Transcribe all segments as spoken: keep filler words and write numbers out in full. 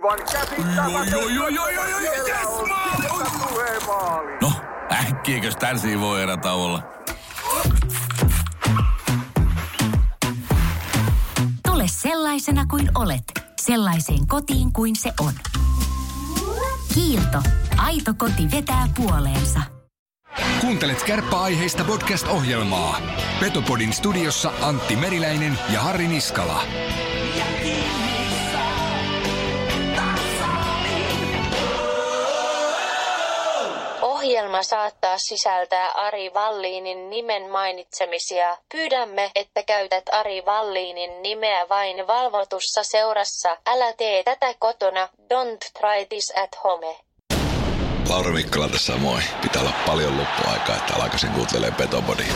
Aivan käsittämätöntä. No, äkkiäkös tän voi erätä olla? Tule sellaisena kuin olet, sellaiseen kotiin kuin se on. Kiilto. Aito koti vetää puoleensa. Kuuntelet Kärppäaiheista podcast-ohjelmaa. Petopodin studiossa Antti Meriläinen ja Harri Niskala. Ohjelma saattaa sisältää Ari Vallinin nimen mainitsemisia. Pyydämme, että käytät Ari Vallinin nimeä vain valvotussa seurassa. Älä tee tätä kotona. Don't try this at home. Lauri Mikkola tässä moi. Pitää olla paljon loppuaikaa, että alkaisin kuuntelemaan Petopodia.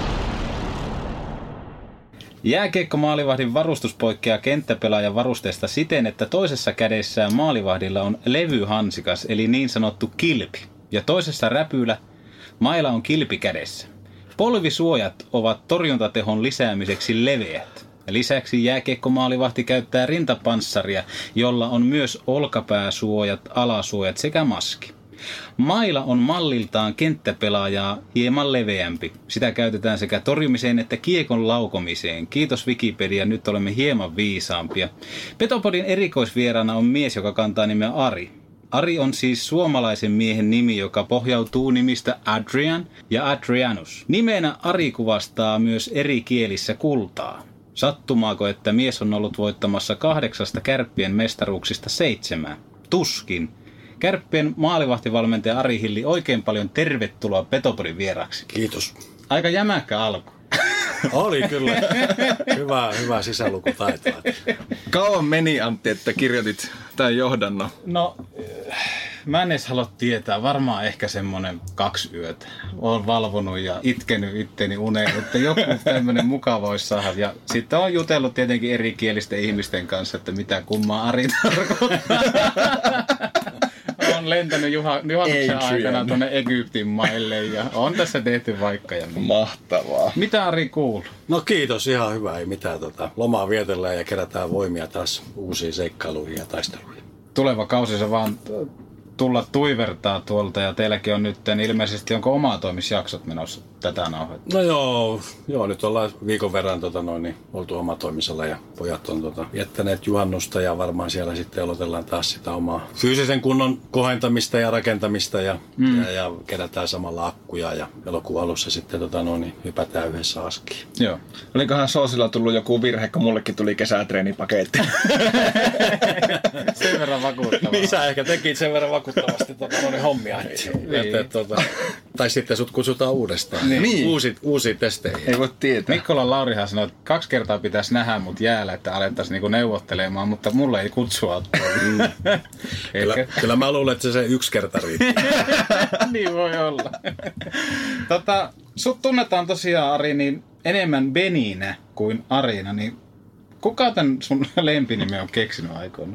Jääkiekko-maalivahdin varustus poikkeaa kenttäpelaajan varusteesta siten, että toisessa kädessään maalivahdilla on levyhansikas, eli niin sanottu kilpi. Ja toisessa räpylä mailla on kilpi kädessä. Polvisuojat ovat torjuntatehon lisäämiseksi leveät. Lisäksi jääkiekko-maalivahti käyttää rintapanssaria, jolla on myös olkapääsuojat, alasuojat sekä maski. Maila on malliltaan kenttäpelaajaa hieman leveämpi. Sitä käytetään sekä torjumiseen että kiekon laukomiseen. Kiitos Wikipedia, nyt olemme hieman viisaampia. Petopodin erikoisvieraana on mies, joka kantaa nimeä Ari. Ari on siis suomalaisen miehen nimi, joka pohjautuu nimistä Adrian ja Adrianus. Nimenä Ari kuvastaa myös eri kielissä kultaa. Sattumaako, että mies on ollut voittamassa kahdeksasta Kärppien mestaruuksista seitsemään? Tuskin. Kärppien maalivahtivalmentaja Ari Hilli, oikein paljon tervetuloa Petopodin vieraksi. Kiitos. Aika jämäkkä alku. Oli kyllä. Hyvä, hyvä sisälukutaito. Kauan meni, Antti, että kirjoitit tämän johdannon? No, mä en edes halua tietää. Varmaan ehkä semmonen kaksi yötä. Olen valvonut ja itkenyt itteni uneen, että joku tämmönen mukava olisi saada. Ja sitten on jutellut tietenkin erikielisten ihmisten kanssa, että mitä kummaa Ari tarkoittaa. On lentänyt juha, juhannuksen aikana tuonne Egyptin maille ja on tässä tehty vaikka ja mitä. Mahtavaa. Mitä Ari kuuluu? No kiitos, ihan hyvä. Ei mitään. Tota, lomaa vietellään ja kerätään voimia taas uusiin seikkailuihin ja taisteluihin. Tuleva kausi se vaan tulla tuivertaa tuolta ja teilläkin on nyt ilmeisesti onko omatoimisjaksot menossa tätä nauhoittaa? No joo, joo, nyt ollaan viikon verran tota noin, niin, oltu omatoimisella ja pojat on tota, viettäneet juhannusta ja varmaan siellä sitten aloitellaan taas sitä omaa fyysisen kunnon kohentamista ja rakentamista ja, mm. ja, ja kerätään samalla akkuja ja elokuun alussa sitten tota noin, niin hypätään yhdessä askiin. Joo. Olikohan Soosilla tullut joku virhe, kun mullekin tuli kesätreenipaketti? Sen verran vakuuttavaa. Isä ehkä teki sen verran vakuuttavasti tota, noin hommia. Et, et, tota, tai sitten sut kutsutaan uudestaan. Niin. Uusi, uusia testejä. Ei voi tietää. Mikkolan Laurihan sanoi, että kaksi kertaa pitäisi nähdä mut jäällä, että alettaisiin niinku neuvottelemaan, mutta mulle ei kutsua. Mm. kyllä, kyllä mä luulen, että se, se yksi kerta riittää. Niin voi olla. tota, sut tunnetaan tosiaan, Ari, niin enemmän Beninä kuin Arina, niin kuka tän sun lempinimi on keksinyt aikoina?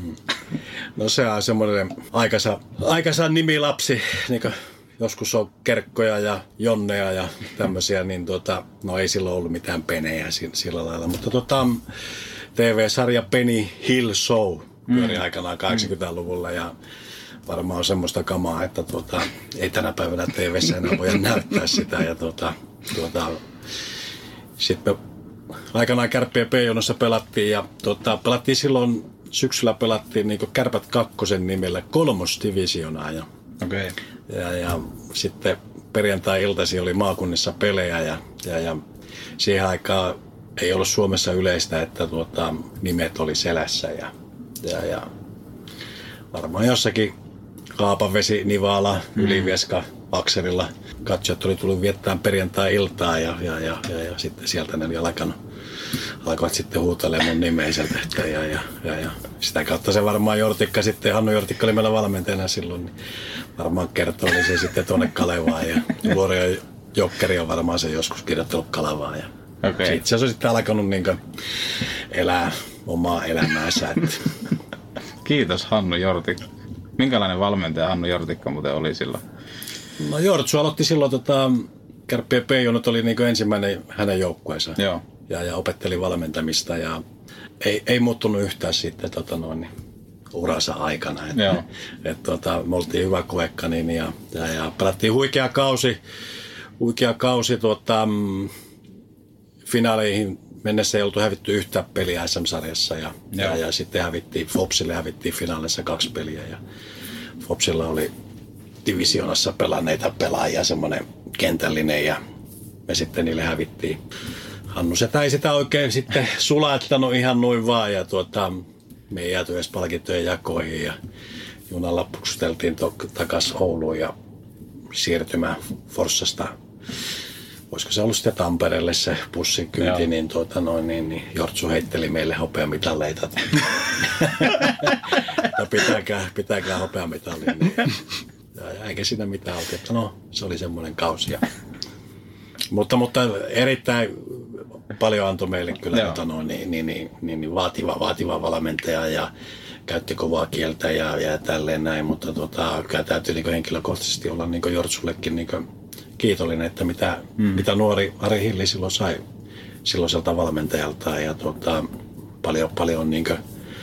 No se on semmoinen aikansa, aikansa nimilapsi, niin kuin joskus on Kerkkoja ja Jonneja ja tämmöisiä, niin tota, no ei silloin ollut mitään penejä sillä lailla. Mutta tota, T V-sarja Penny Hill Show pyöri mm. aikanaan kahdeksankymmentäluvulla ja varmaan on semmoista kamaa, että tota, ei tänä päivänä T V:ssä enää voida näyttää sitä. Ja tota, tuota, sitten me aikanaan Kärppien P-jonossa pelattiin ja tota, pelattiin silloin, syksyllä pelattiin niin kuin Kärpät kakkosen nimellä kolmosdivisionaa ja okay. Ja, ja sitten perjantai-iltaisin oli maakunnissa pelejä ja, ja, ja siihen aikaan ei ollut Suomessa yleistä, että tuota, nimet oli selässä ja, ja, ja varmaan jossakin Kaapanvesi, Nivala, mm. Ylivieska, Akselilla katsojat oli tullut viettämään perjantai-iltaa ja, ja, ja, ja, ja sitten sieltä ne oli alkanut, alkoivat sitten huutelemaan mun nimeä sieltä ja, ja, ja, ja sitä kautta se varmaan Jortikka sitten, Hannu Jortikka oli meillä valmentajana silloin, niin varmaan kertoi se sitten tuonne Kalevaan ja Luorio Jokkeri on varmaan se joskus kirjoittanut Kalevaan ja okay. Sitten se on sitten alkanut niin kuin elää omaa elämäänsä. Kiitos Hannu Jortikka. Minkälainen valmentaja Hannu Jortikka muuten oli silloin? No Jortsu aloitti silloin, tota, Kärppien P-jonot oli niin kuin ensimmäinen hänen joukkueensa. Joo. Ja, ja opetteli valmentamista ja ei, ei muuttunut yhtään sitten tota noin, uransa aikana. Et, et, tota, me oltiin hyvä koekka niin, ja, ja, ja pelattiin huikea kausi, huikea kausi tuota, finaaleihin mennessä ei oltu hävitty yhtä peliä S M-sarjassa ja, ja, ja sitten hävittiin, Fopsille hävittiin finaalissa kaksi peliä ja Fopsilla oli divisioonassa pelanneita pelaajia, semmoinen kentällinen ja me sitten niille hävittiin. Hannu Setä ei sitä oikein sitten sulaittanut ihan noin vaan ja tuota, me ei jääty edes palkintojen jakoihin ja junalla puksuteltiin to- takaisin Ouluun ja siirtymään Forssasta. Olisiko se ollut sitten Tampereelle se pussin kyyti, niin, tuota noin, niin, niin Jortsu heitteli meille hopeamitalleita. ja pitääkää, pitääkää hopeamitallia. Niin, ja, ja eikä siinä mitään ollut, että no se oli semmoinen kausi. Ja, mutta, mutta erittäin paljon antoi meille kyllä tota noin, niin, niin, niin, niin, niin vaativa, vaativa valmentaja ja käytti kovaa kieltä ja, ja tälleen näin, mutta tota, täytyy niin henkilökohtaisesti olla niin Jortsullekin niin kiitollinen, että mitä, mm. mitä nuori Ari Hilli silloin sai silloiselta valmentajaltaan ja tuota, paljon, paljon niin kuin,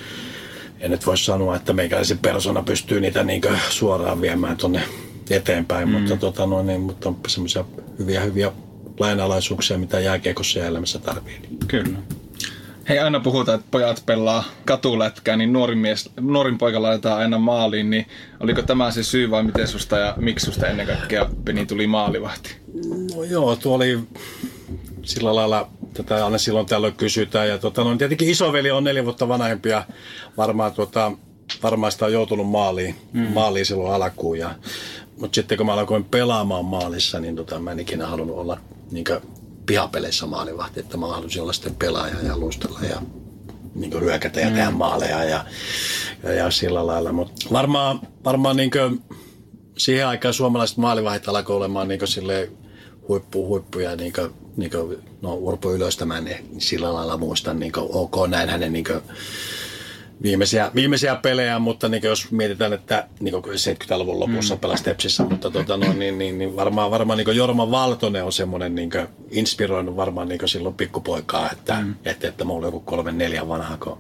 en nyt voi sanoa, että meikäläisen persona pystyy niitä niin kuin suoraan viemään tuonne eteenpäin, mm. mutta, tuota, no, niin, mutta on semmoisia hyviä, hyviä lainalaisuuksia, mitä jääkiekossa ja elämässä tarvii. Kyllä. Hei, aina puhutaan, että pojat pelaa katulätkää, niin nuorin, mies, nuorin poika laitetaan aina maaliin, niin oliko tämä se syy vai miten susta ja miksi susta ennen kaikkea Peni tuli maalivahti? No joo, tuo oli sillä lailla, tätä aina silloin tällöin kysytään ja tota, no, tietenkin isoveli on neljä vuotta vanhempi ja varmaan, tuota, varmaan sitä on joutunut maaliin, mm. maaliin silloin alkuun. Ja, mutta sitten kun mä alkoin pelaamaan maalissa, niin tota, mä en ikinä halunnut olla niinkö pihapeleissä maalivahti, että mä halusin olla sitten pelaaja ja luistella ja niin hyökätä ja tehdä maaleja ja, ja, ja sillä lailla. Mutta varmaan, varmaan niin siihen aikaan suomalaiset maalivahdit alkoi olemaan niin huippu, huippuja, niin kuin, niin kuin, no Urpo Ylöstä mä en sillä lailla muista, niin kuin, ok, näin hänen niin kuin, Viimeisiä, viimeisiä pelejä, mutta niin jos mietitään, että niin seitsemänkymmentäluvun lopussa mm. pelasi Tepsissä, mutta tota, no, niin, niin, niin varmaan, varmaan niin Jorma Valtonen on semmoinen niin inspiroinut varmaan niin silloin pikkupoikaa, että, mm. että, että mulla oli joku kolme neljä vanha, kun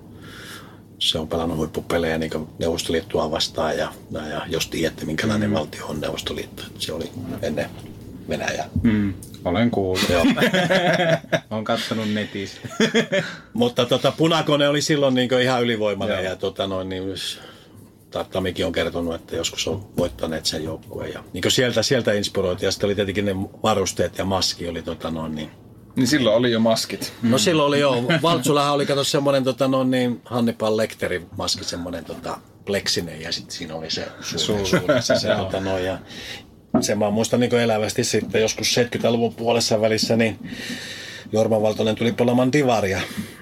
se on pelannut huippupelejä niin Neuvostoliittoa vastaan ja, ja, ja jos tiedätte, minkälainen mm. valtio on Neuvostoliitto, se oli ennen Venäjää. Mm. Olen kuullut. Olen katsonut netissä. Mutta tota, Punakone oli silloin niin ihan ylivoimainen. Joo. Ja tota, noin, niin, Tamikin on kertonut, että joskus on voittaneet sen joukkueen. Ja, niin sieltä, sieltä inspiroitiin. Ja sitten oli tietenkin ne varusteet ja maski. Oli, tota, noin, niin, niin silloin oli jo maskit. No silloin oli jo. Valtsulahan oli kato semmoinen tota, noin, niin Hannibal Lecterin maski, semmoinen tota, pleksinen. Ja sitten siinä oli se suuri. suuri se, se, tota, noin, ja, sen mä muistan niin elävästi sitten joskus seitsemänkymmentäluvun puolessa välissä, niin Jorma Valtonen tuli pelaamaan divaria.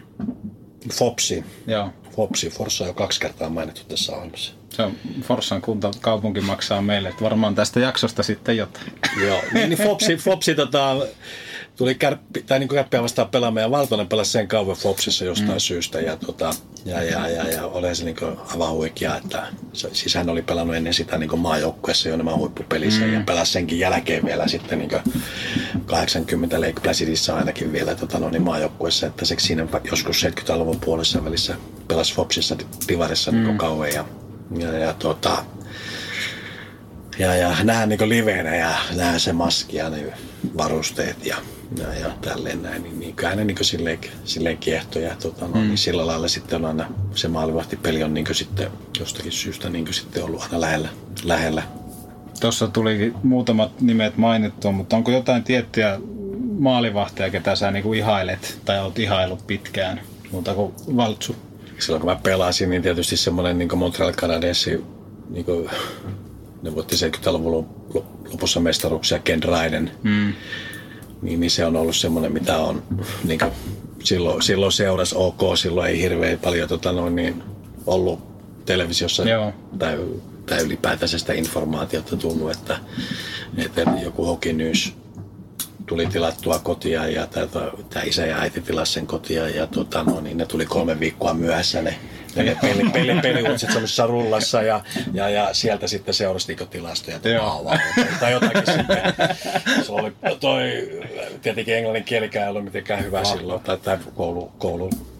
Fopsi. Joo. Fopsi. Forssa on jo kaksi kertaa mainittu tässä ohjelmassa. Se on Forssan kunta, kaupunki maksaa meille, että varmaan tästä jaksosta sitten jotain. Joo, niin, niin Fopsi, Fopsi tota, tuli kärppi, tai niin kuin kärppiä vastaan pelaamaan ja Valtonen pelasi sen kauan Fopsissa jostain mm. syystä ja, tota, ja, ja, ja, ja oli se niin aivan huikea, että siis hän oli pelannut ennen sitä niin maajoukkueessa jo nämä huippupelissä mm. ja pelasi senkin jälkeen vielä sitten niin kahdeksankymmentä Lake Placidissa ainakin vielä tota, no, niin maajoukkueessa, että se siinä joskus seitsemänkymmentäluvun puolessa välissä pelasi Fopsissa divarissa mm. niin kauan ja, ja, ja tota, Ja, ja nähdään niin liveenä ja nähdään se maski ja ne varusteet ja, ja, ja tälleen näin. Niin, niin kyllä ne niin silleen, silleen kiehtoi ja tota, no, mm. niin sillä lailla sitten on aina se maalivahtipeli on niin sitten jostakin syystä niin sitten ollut aina lähellä. lähellä. Tuossa tuli muutamat nimet mainittua, mutta onko jotain tiettyjä maalivahteja, ketä sä niin ihailet tai olet ihaillut pitkään, muuta kuin Valtsu? Silloin kun mä pelasin, niin tietysti semmoinen niin Montreal Canadiensi, niin kuin ne voitti seitsemänkymmentäluvun lopussa mestaruuksia, Ken Dryden, mm. niin, niin se on ollut semmoinen, mitä on niin kuin, silloin, silloin seurasi ok, silloin ei hirveän paljon tota, noin, niin, ollut televisiossa tai, tai ylipäätänsä sitä informaatiota tullut, että, että joku Hockey News tuli tilattua kotia ja tämä isä ja äiti tilasi sen kotia ja tota, no, niin ne tuli kolme viikkoa myöhässä ne Ne peli, peli, peliuutiset semmoisessa rullassa ja, ja, ja sieltä sitten seurasi niinku tilastoja tai, tai jotakin sitten. Se oli toi, tietenkin englannin kielikään ei ollut mitenkään hyvä Vahva. silloin, tai, tai koulu, koulu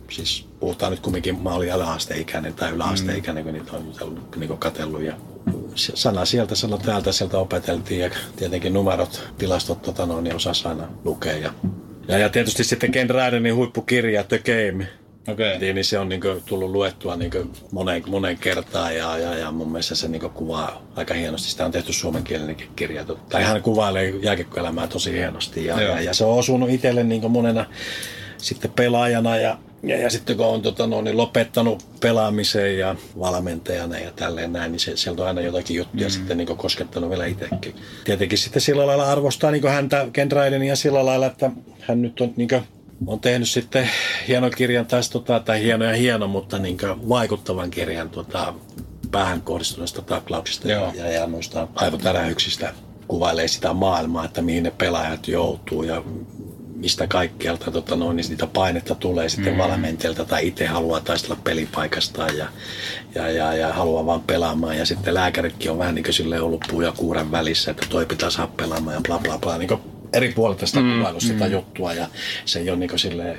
siis puhutaan nyt kumminkin, mä olin yläasteikäinen tai yläasteikäinen, kun niitä on jutellut, niin katsellut ja sana sieltä, sana täältä, sieltä opeteltiin ja tietenkin numerot, tilastot tota noin, niin osasi aina lukea. Ja, ja, ja tietysti sitten Ken Rydenin huippukirja The Game, okay. niin, niin se on niin kuin, tullut luettua niin kuin moneen, moneen kertaan ja, ja, ja mun mielestä se niin kuin, kuvaa aika hienosti. Sitä on tehty suomenkielinenkin kirja. Tai hän kuvailee jääkiekkoelämää tosi hienosti ja, ja, ja se on osunut itselle niin kuin monena sitten pelaajana ja Ja, ja sitten kun on tota, no, niin lopettanut pelaamisen ja valmentajana ja tälleen näin, niin se, sieltä on aina jotakin juttuja mm. sitten niin koskettanut vielä itsekin. Tietenkin sitten sillä lailla arvostaa niin häntä, Ken Rydenia sillä lailla, että hän nyt on, niin kuin, on tehnyt sitten hienon kirjan taas, tota, tai hieno ja hieno, mutta niin vaikuttavan kirjan tota, päähän kohdistuneesta taklauksista ja, ja, ja noista aivotärähyksistä. Kuvailee sitä maailmaa, että mihin ne pelaajat joutuu ja mistä kaikkialta tota noin, niin niitä painetta tulee sitten mm. valmentajalta tai itse haluaa taistella pelipaikastaan ja, ja, ja, ja haluaa vaan pelaamaan. Ja sitten lääkäritkin on vähän niin kuin silleen ollut puu ja kuuren välissä, että toi pitää saada pelaamaan ja bla bla bla. Niin kuin eri puolilta sitä mm. kuvailu sitä mm. juttua ja se ei ole niin kuin silleen,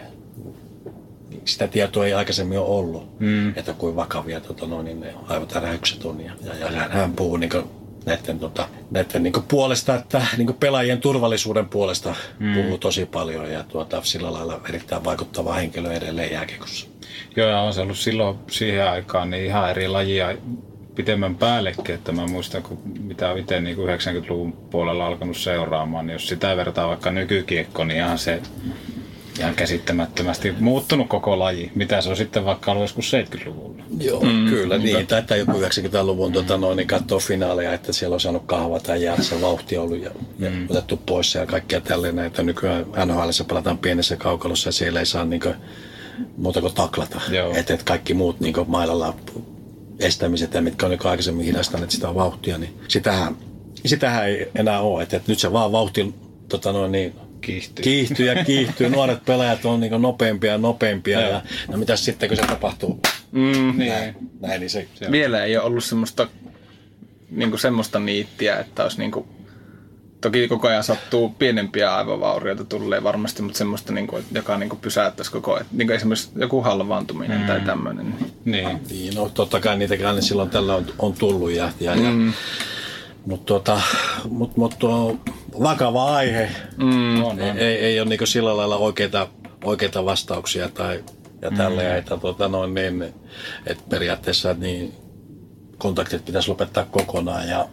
sitä tietoa ei aikaisemmin ole ollut, mm. että kuin vakavia tota noin, niin ne aivotärähykset on. Ja, ja, ja hän, hän puhuu niin kuin näiden, tota, näiden niin puolesta, että niin pelaajien turvallisuuden puolesta mm. puhuu tosi paljon ja tuota, sillä lailla erittäin vaikuttava henkilö edelleen jääkiekossa. Joo, ja on se ollut silloin siihen aikaan niin ihan eri lajia pitemmän päällekin, että mä muistan, kun mitä olen itse niin yhdeksänkymmentäluvun puolella alkanut seuraamaan, niin jos sitä vertaa vaikka nykykiekko, niin ihan se ihan käsittämättömästi muuttunut koko laji. Mitä se on sitten vaikka ollut joskus seitsemänkymmentäluvulla? Joo, mm. kyllä niin. Tai että joku yhdeksänkymmentäluvun tuota, noin, niin katsoo finaaleja, että siellä on saanut kahvata ja se vauhti ollut ja, mm. ja otettu pois ja kaikkea tälleen. Että nykyään N H L:ssä pelataan pienessä kaukalossa ja siellä ei saa niin kuin, muuta kuin taklata. Että et kaikki muut niin kuin mailalla estämiset ja mitkä on niin aikaisemmin hidastaneet sitä vauhtia, niin sitähän, sitähän ei enää ole. Että et nyt se vaan vauhti tota, noin, niin, Kiihtyy. kiihtyy ja kiihtyy. Nuoret pelaajat on niin nopeampia ja nopeampia. Ja, no mitäs sitten, kun se tapahtuu? Mm, näin, niin. näin, niin se, se vielä ei ole ollut semmoista, niin semmoista niittiä, että olisi niin kuin, toki koko ajan sattuu pienempiä aivovaurioita tulee varmasti, mutta semmoista, niin kuin, joka niin kuin pysäyttäisi koko ajan. Niin kuin esimerkiksi joku halvaantuminen mm. tai tämmöinen. Niin. niin, no totta kai niitäkään silloin tällä on, on tullut. Ja, ja, mm. ja, mutta tuota, mut, mut tuo vakava aihe. Mm. On, on. Ei, ei, ei ole niin sillä lailla oikeita, oikeita vastauksia tai ja tälleen, mm. että, tuota, noin, niin, että periaatteessa niin kontaktit pitäisi lopettaa kokonaan ja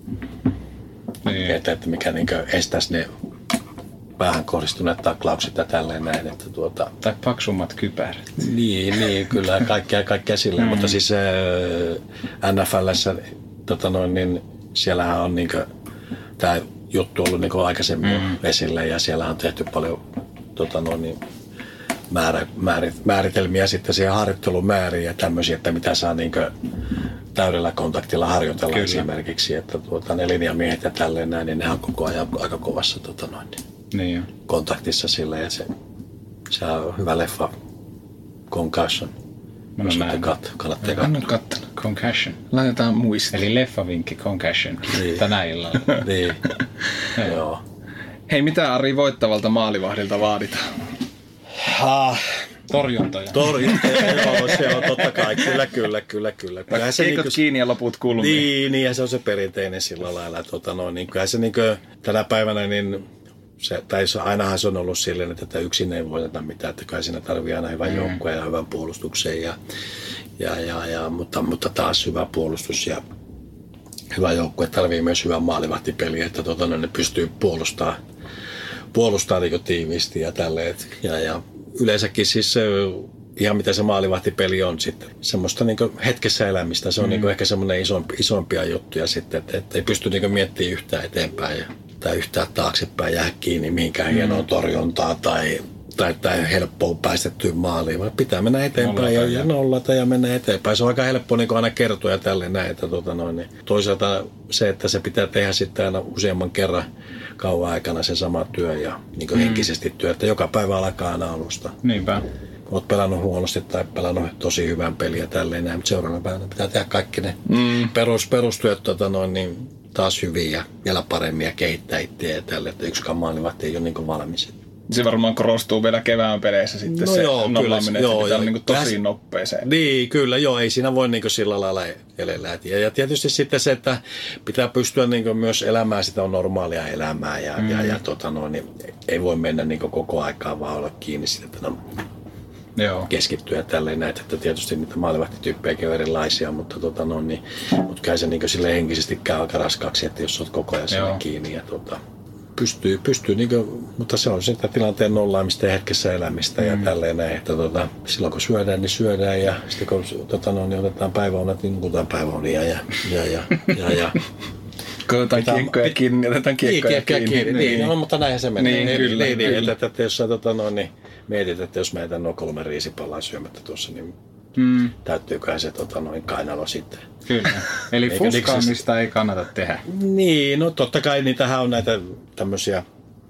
niin. että, että mikä niin estäisi ne päähän kohdistuneet taklaukset ja tälleen näin. Että, tuota, tai paksummat kypärät. Niin, niin kyllä kaikkea, kaikkea silleen, mm. mutta siis äh, N F L:ssä tota noin, niin siellähän on niin tämä juttu ollut niin aikaisemmin mm. esille ja siellä on tehty paljon tota noin, niin, määrä, määrit, määritelmiä sitten siihen harjoittelumääriin ja tämmöisiä, että mitä saa niin täydellä kontaktilla harjoitella Kyllä. esimerkiksi, että tuota, ne linjamiehet ja tälleen näin, niin ne on koko ajan aika kovassa tota noin, niin kontaktissa sille ja se, se on hyvä leffa Concussion. Mä en näin. Kannattaa katsoa. Mä en kattonut. Concussion. Laitetaan muista. Eli leffavinkki Concussion niin. tänä illalla. niin. Joo. Hei, mitä Ari voittavalta maalivahdilta vaaditaan? Ah. Torjuntoja. Torjuntoja, joo, se on totta kai. Kyllä, kyllä, kyllä, kyllä. Kiekot niin kiinni ja loput kulmiin. Niin, niin, ja se on se perinteinen sillä lailla. Tota, no, niin, kyllä se niin kuin, tänä päivänä, niin se, tai ainahan se on ollut silleen, että yksin ei voiteta mitään, että kai siinä tarvii aina hyvän mm. joukkueen ja hyvän puolustuksen. Ja, ja, ja, ja, mutta, mutta taas hyvä puolustus ja hyvä joukkue tarvii myös hyvän maalivahtipeliä, että tota, no, ne pystyy puolustamaan, puolustamaan niin tiiviisti ja tälleen. Ja, ja yleensäkin siis se, ihan mitä se maalivahtipeli on sitten, semmoista niin hetkessä elämistä. Se on mm. niin ehkä semmoinen isompi, isompia juttuja sitten, että, että ei pysty niin miettimään yhtään eteenpäin ja, tai yhtään taaksepäin jää kiinni mihinkään mm. hienoa torjuntaa tai, tai, tai helppoa päästettyä maaliin, vaan pitää mennä eteenpäin nollata ja, ja nollata ja mennä eteenpäin. Se on aika helppo niin aina kertoa ja tälleen näin. Että, tuota noin, niin toisaalta se, että se pitää tehdä sitten aina useamman kerran kauan aikana se sama työ ja niin mm. henkisesti työ, että joka päivä alkaa aina alusta. Niinpä. Olet pelannut huonosti tai pelannut tosi hyvän peliä ja tälleen näin, mutta seuraavana päivänä pitää tehdä kaikki ne mm. perus, perustyöt tota noin, niin taas hyviä ja vielä paremmin ja kehittää itseä ja tälle, että yksikään maalivahti ei ole niin valmis. Se varmaan korostuu vielä kevään peleissä sitten no se joo, nollaaminen, että joo, pitää ja niin tosi lähes, nopeeseen. Niin, kyllä joo, ei siinä voi niin sillä lailla elellä. Ja tietysti sitten se, että pitää pystyä niin myös elämään sitä normaalia elämää ja, mm. ja, ja tota noin, niin ei voi mennä niin koko aikaa vaan olla kiinni siitä, että no, joo. keskittyä tälleen näitä, että tietysti niitä maalivahtityyppejäkin on erilaisia, mutta, tota noin, niin, mutta kai se niin sille henkisesti käy aika raskaaksi, että jos olet koko ajan sinne kiinni ja tota, Pystyy, pystyy niin kuin, mutta se on sitä tilanteen nollaamista ja hetkessä elämistä mm. ja tälleen näin, että tota, silloin kun syödään, niin syödään ja sitten kun tota, no, niin otetaan päiväunet, niin nukutaan päiväunia ja ja ja ja ja kun otetaan kiekkoja kiinni, niin otetaan kiekkoja kiinni. kiinni. Niin, niin, no, mutta näinhän se menee. Niin, niin, kyllä, niin, kyllä. Että, että, että jos sä tota, no, niin, mietit, että jos mä jätän nuo kolme riisipallaa syömättä tuossa, niin mm. täyttyyköhän se tota, noin kainalo sitten. Kyllä. Eli fuskaamista ei kannata tehdä. Niin, no totta kai niitähän on näitä tämmöisiä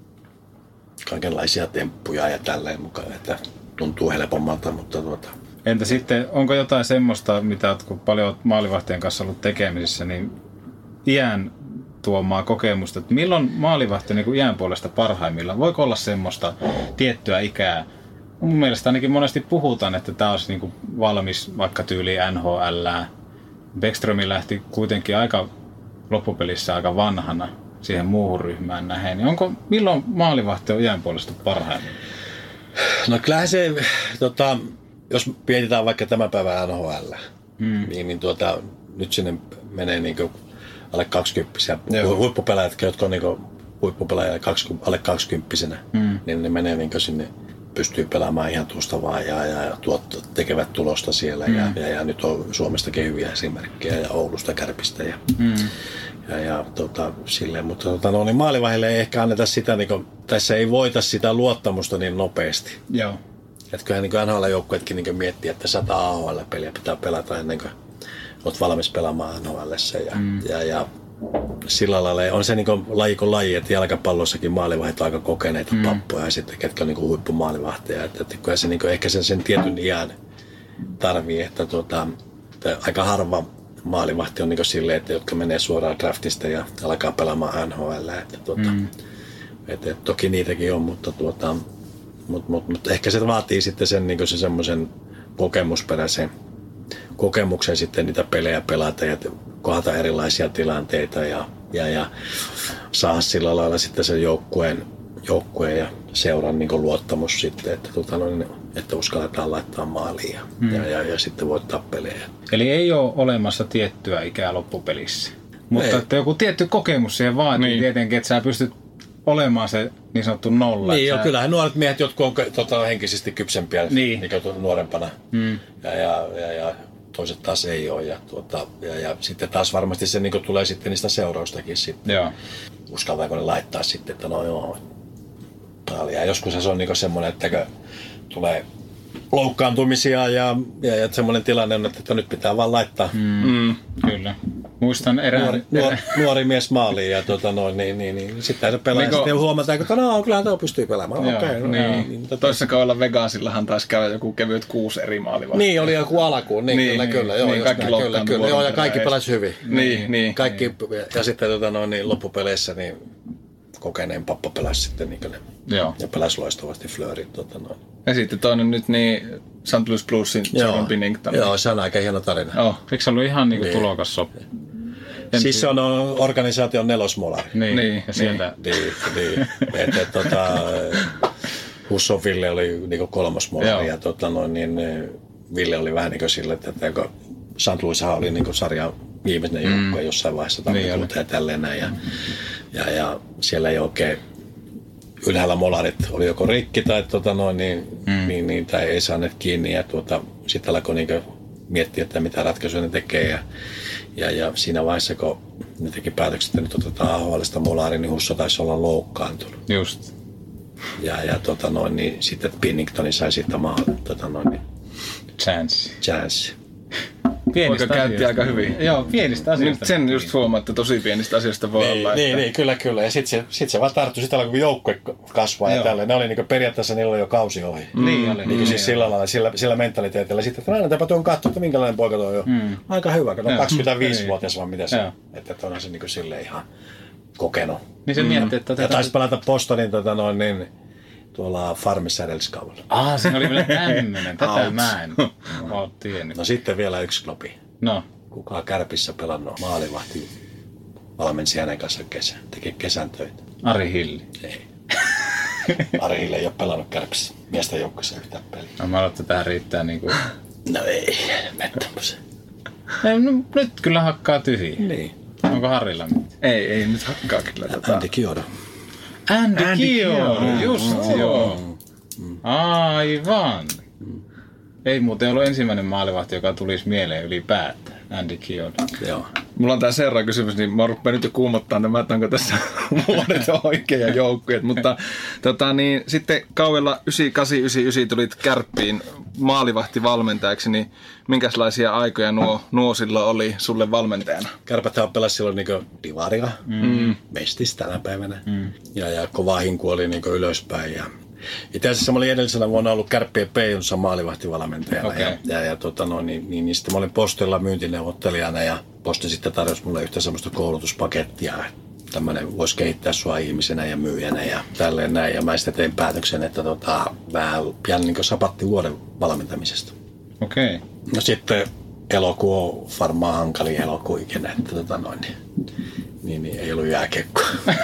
kaikenlaisia temppuja ja tälleen mukaan, että tuntuu helpommalta, mutta tuota... Entä sitten, onko jotain semmoista, mitä olet, kun paljon olet maalivahtien kanssa ollut tekemisissä, niin iän tuomaa kokemusta, että milloin maalivahti niin kuin iän puolesta parhaimmillaan? Voiko olla semmoista tiettyä ikää? Mun mielestä ainakin monesti puhutaan, että tämä olisi niin kuin valmis vaikka tyyliin N H L. Bäckström lähti kuitenkin aika loppupelissä aika vanhana siihen muuhun ryhmään nähden. Niin onko, milloin maalivahti on iän puolesta parhaimmillaan? No kyllähän se, tota, jos mietitään vaikka tämän päivän N H L, hmm. niin, niin tuota, nyt sinne menee niinku alle kaksikymppisiä huippupelaajat, jotka on niinku huippupelaajia alle kaksikymppisenä, hmm. niin ne menee niinku sinne, pystyy pelaamaan ihan tuosta vaan ja, ja, ja tuot, tekevät tulosta siellä hmm. ja, ja, ja nyt on Suomestakin hyviä esimerkkejä ja Oulusta, Kärpistä ja, hmm. ja, ja tota, silleen, mutta tota, no, niin maalivahdille ei ehkä anneta sitä, niin kuin, tässä ei voita sitä luottamusta niin nopeasti. Joo. Että kyllähän niin N H L-joukkuetkin niin miettii, että sata A H L-peliä pitää pelata ennen kuin olet valmis pelaamaan N H L:ssä ja, mm. ja, ja sillä lailla on se niin laji kuin laji, että jalkapallossakin maalivahdit on aika kokeneita mm. pappoja ja sitten ketkä on niin huippumaalivahteja. Että, että kyllä se niin kuin, ehkä sen, sen tietyn iän tarvii, että, tuota, että aika harva maalivahti on niin silleen, että jotka menee suoraan draftista ja alkaa pelaamaan N H L. Että, tuota, mm. että, että toki niitäkin on, mutta, tuota, mutta, mutta, mutta ehkä se vaatii sitten sen, niin se semmoisen kokemusperäisen kokemuksen sitten niitä pelejä pelata ja kohdata erilaisia tilanteita ja, ja, ja saada sillä lailla sitten sen joukkueen, joukkueen ja seuran niin luottamus sitten, että, tuota, no, että uskalletaan laittaa maaliin ja, hmm. ja, ja, ja sitten voittaa pelejä. Eli ei ole olemassa tiettyä ikää loppupelissä, mutta että joku tietty kokemus siihen vaatii niin. Tietenkin, että sä pystyt olemaan se niin sanottu nolla. Niin, jo, sä... kyllähän nuoret miehet, jotka on tota, henkisesti kypsempiä niin. Niin nuorempana hmm. ja, ja, ja, ja toiset taas ei ole. Ja, tuota, ja, ja sitten taas varmasti se niin tulee sitten niistä seuraustakin sitten. Joo. Uskaltaako ne laittaa sitten, että no joo, ja joskus se on niin semmoinen, että tulee loukkaantumisia ja, ja, ja semmoinen tilanne on, että nyt pitää vaan laittaa. Mm, kyllä. Muistan erään... Nuori, nuori, nuori mies maaliin ja tota noin, niin, niin, niin sitten se pelaa niin ja sitten huomataan, että no kyllähän tuo pystyy pelaamaan. Joo, okay, no, niin. Niin, toissa kaudella Vegasillahan taisi käydä joku kevyt kuusi eri maalivahtia. Niin, oli joku alkuun, niin, niin kyllä, niin, kyllä. Joo, niin, kaikki näin, kyllä, kyllä. Joo, ja kaikki pelasi hyvin. Niin, niin. Kaikki, niin. Ja sitten tota noin, niin loppupeleissä niin kokeneen pappa pelasi sitten niin ne. Joo. Ja pelasi loistavasti Fleurit. Tota noin. Ja sitten toinen nyt niin Saint Louis Bluesin Jordan Binnington. Joo, se on aika hieno tarina. Oh. Eikö se ollut ihan niinku niin. tulokas soppi? En siis se on organisaation nelosmolari. Niin, niin, ja sieltä. Niin, niin. Että tota, Husson Ville oli niinku kolmosmolari ja tota noin, niin Ville oli vähän niin kuin sille, että Saint Louishan oli niinku sarjan viimeinen mm. joukkue jossain vaiheessa tammikuuta ja tälleen näin. Ja, ja, ja siellä ei oikein ylhäällä molarit oli joko rikki tai, tota noin, niin, mm. niin, niin, tai ei saaneet kiinni ja tuota, sitten alkoi niinku miettiä, että mitä ratkaisuja ne tekee. Ja, ja, ja siinä vaiheessa, kun ne teki päätökset, että nyt otetaan A H L:stä molari, niin Husso taisi olla loukkaantunut. Just. Ja, ja tota noin, niin sitten Binningtoni sai siitä maa, tota noin, niin Chance. Chance. Poika käytti aika hyvin. Joo, pienistä asioista. Nyt sen just huomaa, että tosi pienistä asioista voi niin, olla. Niin, että... niin, kyllä, kyllä. Ja sitten se, sit se vaan tarttui sitä, kun joukkue kasvaa ja tälleen. Ne oli niin periaatteessa, niillä oli jo kausi ohi. Mm. Niin oli. Niin, niin siis sillä lailla, sillä, sillä mentaliteetillä. Sitten, että annetaanpa tuon katsoa, että minkälainen poika tuo on jo. Mm. Aika hyvä, kun on kaksikymmentäviisivuotias vaan mitä se on. Että onhan se niin silleen ihan kokenut. Niin se mm. miettii, että... Ja taisi pelata Bostonin tota noin, niin tuolla Farmissa edelliskaudella. Ah, siinä oli vielä tämmöinen. Tätä mä en ole tiennyt. No sitten vielä yksi klopi. No. Kuka Kärpissä pelannut maalivahti valmensi hänen kanssa kesän. Teki kesän töitä. Ari Hilli. Ei. Ari Hilli ei ole pelannut Kärpissä miesten joukkueessa yhtään peliä. No mä aloittaa, että tähän riittää niinku... No ei, mettämösen. No, nyt kyllä hakkaa tyhjiä. Niin. Onko Harrilla mitään? Ei, ei nyt hakkaa kyllä. Tota... Andy Kiodo. Andy, Andy Kiodo, just oh. joo. Mm. Aivan. Mm. Ei muuten ollut ensimmäinen maalivahti, joka tulisi mieleen ylipäätään. Andy Kiodo. Joo. Mulla on tää seuraava kysymys, niin mä rupean nyt jo kuumottaa tämä, että onko tässä vuodet oikea joukkueet. Mutta tota, niin, sitten kaudella yhdeksänkymmentäkahdeksan yhdeksänkymmentäyhdeksän tulit Kärppiin maalivahtivalmentajaksi, niin minkälaisia aikoja nuo, nuo silloin oli sulle valmentajana? Kärpäthän pelasi silloin niin divaria, mm. mestis tänä päivänä. Mm. Ja, ja kova hinku oli niin ylöspäin. Ja itse asiassa mä olin edellisenä vuonna ollut Kärppien P-junssa maalivahtivalmentajana. Okay. Ja, ja, ja tota, no, niin, niin, niin sitten mä olin Postilla myyntineuvottelijana ja Posti sitten tarjosi mulle yhtä semmoista koulutuspakettia. Tämmöinen voisi kehittää sua ihmisenä ja myyjänä ja tälleen näin. Ja mä sitten tein päätöksen, että tota, vähän pian niin sapatti vuoden valmentamisesta. Okei. Okay. No sitten elokuu on varmaan hankali elokuu ikinä, että tota noin, niin, niin, niin ei ollut jääkiekkoa.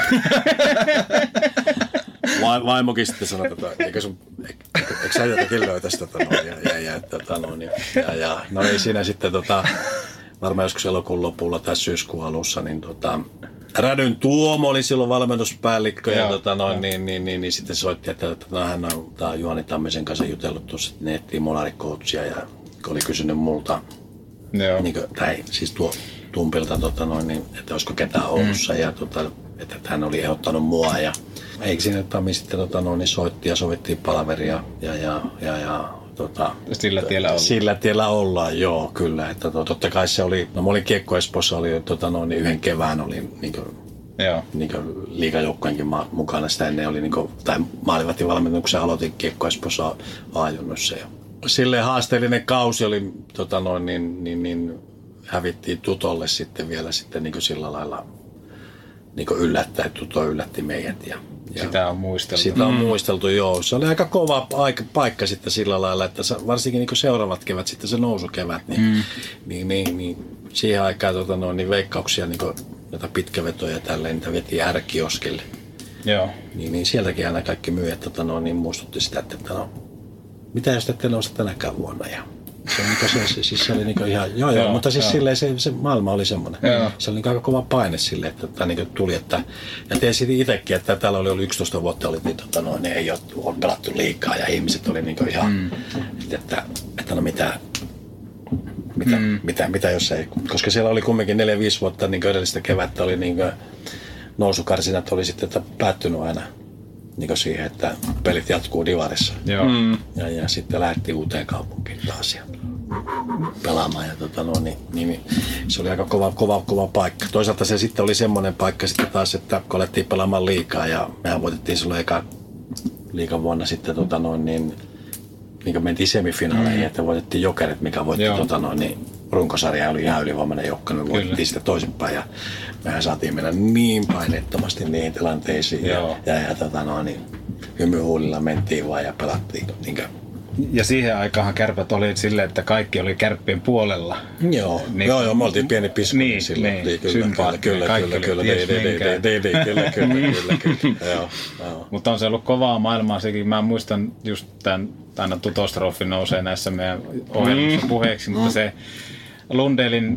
Va- vaimokin sitten sanoi, että eikö sun, eikö sä jotakin löytäisi tota noin, ja, ja, ja, tota noin, ja, ja no ei siinä sitten tota, varmaan joskus elokuun lopulla tai syyskuun alussa, niin tota, Rädyn Tuomo oli silloin valmennuspäällikkö ja, ja tota noin, niin, niin, niin, niin sitten soitti, että, että no, hän on tää Juhani Tammisen kanssa jutellut tuossa, että ne etsii monarikoutsia ja oli kysynyt multa, niin kuin, tai siis tuo Tumpilta, tota noin, niin, että olisiko ketään Oulussa mm. ja tota, että hän oli ehdottanut mua ja eikö siinä Tammi sitten tota noin, niin soitti ja sovittiin palaveria ja, ja, ja, ja tota, sillä tiellä ollaan. Sillä tiellä ollaan, joo, kyllä. Että to, totta kai se oli, no mä olin Kiekko Espoossa, oli tota noin, niin yhden kevään oli niin niin liigajoukkojenkin mukana. Sitä ennen oli, niin kuin, tai maalivahtivalmentaja, kun sä aloitin Kiekko Espoossa A-junnossa. Silleen haasteellinen kausi oli, tota noin, niin, niin, niin hävittiin Tutolle sitten vielä sitten niin sillä lailla niin yllättäen, Tuto yllätti meidät. Ja, ja sitä on muisteltu. Sitä on mm. muisteltu, joo. Se oli aika kova aika, paikka sitten sillä lailla, että varsinkin niin seuraavat kevät, sitten se nousukevät, niin, mm. niin, niin, niin siihen aikaan tota, no, niin veikkauksia, niin joita pitkävetoja tälleen, niitä vietiin R-kioskille. Joo. Niin, niin sieltäkin aina kaikki myyjät tota, no, niin muistutti sitä, että, että no, mitä jos ette nousta tänäkään vuonna. Ja se, niin se, siis se oli niin ihan, joo, joo, joo mutta siis joo. Silleen se, se maailma oli semmoinen. Joo. Se oli niin aika kova paine silleen, että, että niin tuli, että, ja tiesin itsekin, että täällä oli ollut yksitoista vuotta, oli, niin, tota, no, ne ei ole, ole pelattu liikaa ja ihmiset oli niin ihan, mm. että, että, että no mitä, mitä, mm. mitä, mitä jos ei, koska siellä oli kumminkin neljä viisi vuotta niin edellistä kevättä oli niin nousukarsinat oli sitten että päättynyt aina. Niin siihen, että pelit jatkuu divarissa. Mm. Ja, ja sitten lähdettiin uuteen kaupunkiin taas ja pelaamaan. Ja tota, no, niin, niin, se oli aika kova, kova, kova paikka. Toisaalta se sitten oli semmoinen paikka sitten taas, että kun alettiin pelaamaan liigaa ja mehän voitettiin silloin eka liigan vuonna sitten tota, no, niin, niin mentiin semifinaaleihin, mm. että voitettiin Jokerit, mikä voitti tota, no, niin, runkosarja oli ihan ylivoimainen joukko, me voitettiin sitä toisinpäin ja mehän saatiin mennä niin painettomasti niihin tilanteisiin ja, ja, ja tota no, niin, hymyhuulilla mentiin vaan ja pelattiin. Niin kuin. Ja siihen aikaan Kärpät oli silleen, että kaikki oli Kärppien puolella. Joo, niin, joo, joo, me oltiin pieni pisku niin, silloin. Niin, kyllä, kyllä, kyllä, kyllä, kyllä, kyllä, kyllä, mutta on se ollut kovaa maailmaa sekin. Mä muistan just tämän, aina Tutostrofi nousee näissä meidän ohjelmissa puheeksi, mutta se Lundelin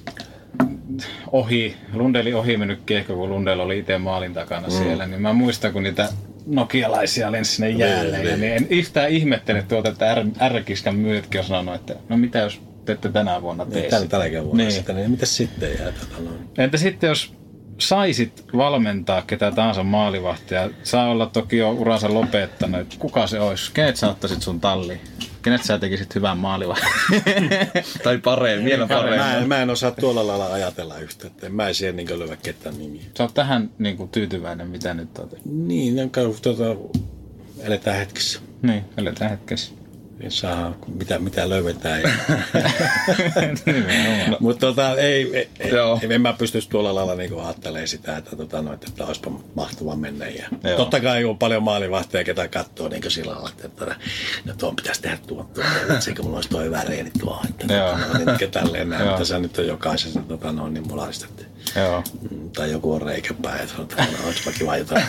ohi, Lundelin ohi mennyt kiekko, kun Lundell oli itse maalin takana mm. siellä, niin mä muistan, kun niitä nokialaisia lensi sinne jäälle. Ja niin en yhtään ihmettele tuota, että R-kiskan myyjätkin on sanonut, että no mitä jos te ette tänä vuonna tee sitä. Tälläkin vuonna niin. Sitten, niin mitäs sitten jää? Entä sitten jos saisit valmentaa ketä tahansa maalivahtia, saa olla toki jo uransa lopettanut, kuka se olisi? Kenet sä ottaisit sun talliin? Kenet sä tekisit hyvän maalivahtin? Tai paremmin, vielä paremmin. Mä en, mä en osaa tuolla lailla ajatella yhtä, että mä en siihen niin löyä ketään nimiä. Sä oot tähän niin kuin tyytyväinen, mitä nyt oot? Niin, tuota, eletään hetkessä. Niin, eletään hetkessä. niin saa mitä, mitä löydetään. Mutta tota, ei, ei, ei, en mä pystyisi tuolla lailla niin ajattelemaan sitä, että, tota, no, että olisipa mahtavaa mennä. Ja totta kai on paljon maalivahteja, ketä katsoo niin sillä lailla, että no tuon pitäisi tehdä tuon, tuon sekä mulla olisi toi väreeni tuo, että tota, no, niin, tälleen näin, mutta se nyt on jokaisessa tota, no, niin mularista. Joo. Tai joku on reikäpäin, että no, olisipa kiva jotain.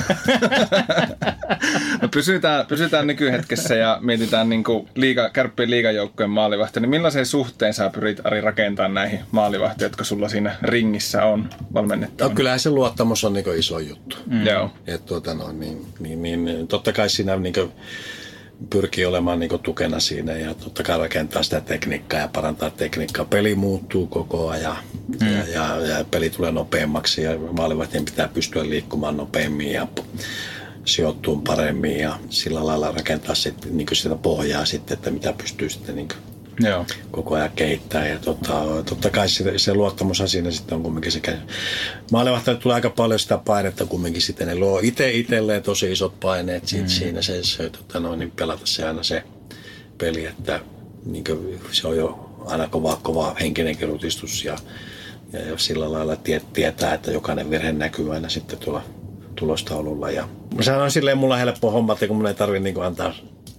No pysytään, pysytään nykyhetkessä ja mietitään niin kuin liiga, Kärppien liigajoukkojen maalivahtia. Niin millaisen suhteen sä pyrit, Ari, rakentamaan näihin maalivahtiin, jotka sulla siinä ringissä on valmennettavana? No, kyllähän se luottamus on niin iso juttu. Mm. Joo. Et, tuota, no, niin, niin, niin, totta kai siinä niin kuin pyrkii olemaan niin kuin tukena siinä ja totta kai rakentaa sitä tekniikkaa ja parantaa tekniikkaa. Peli muuttuu koko ajan mm. ja, ja, ja peli tulee nopeammaksi ja maalivahtien pitää pystyä liikkumaan nopeammin ja sijoittuu paremmin ja sillä lailla rakentaa sitten, niin sitä pohjaa sitten, että mitä pystyy sitten niin Joo. koko ajan kehittämään. Ja tota, totta kai se, se luottamushan siinä sitten on kumminkin sekä maalivahtajille tulee aika paljon sitä painetta kumminkin sitten. Ne luo itse itselleen tosi isot paineet siitä, mm. siinä se, se tota noin, niin pelata se aina se peli, että niin se on jo aina kova, kova henkinenkin rutistus ja, ja jos sillä lailla tie, tietää, että jokainen virhe näkyy aina sitten tuolla tulostaululla. Ja mä sanoin silleen, mulla on helppo homma, että kun mun ei tarvitse niin antaa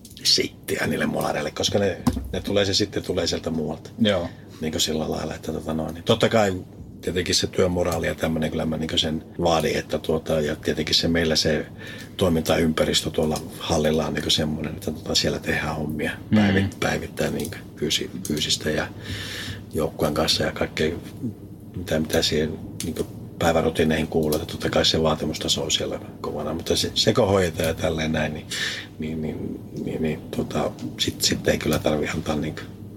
sittiä niille molareille, koska ne, ne tulee se sitten tulee sieltä muualta. Joo. Niin kuin sillä lailla, että tota noin. Niin totta kai tietenkin se työmoraali ja tämmöinen, kyllä mä niin sen vaadin, että tuota, ja tietenkin se meillä se toimintaympäristö tuolla hallilla on niin semmoinen, että tuota, siellä tehdään hommia mm-hmm. päivittäin niin fyysi, fyysistä ja joukkueen kanssa ja kaikkea, mitä, mitä siihen niin päivärutiineihin kuuluu, että totta kai se vaatimustaso on siellä kovana, mutta se, se kun hoidetaan ja tälleen näin, niin, niin, niin, niin, niin tota, sitten sit ei kyllä tarvitse antaa niin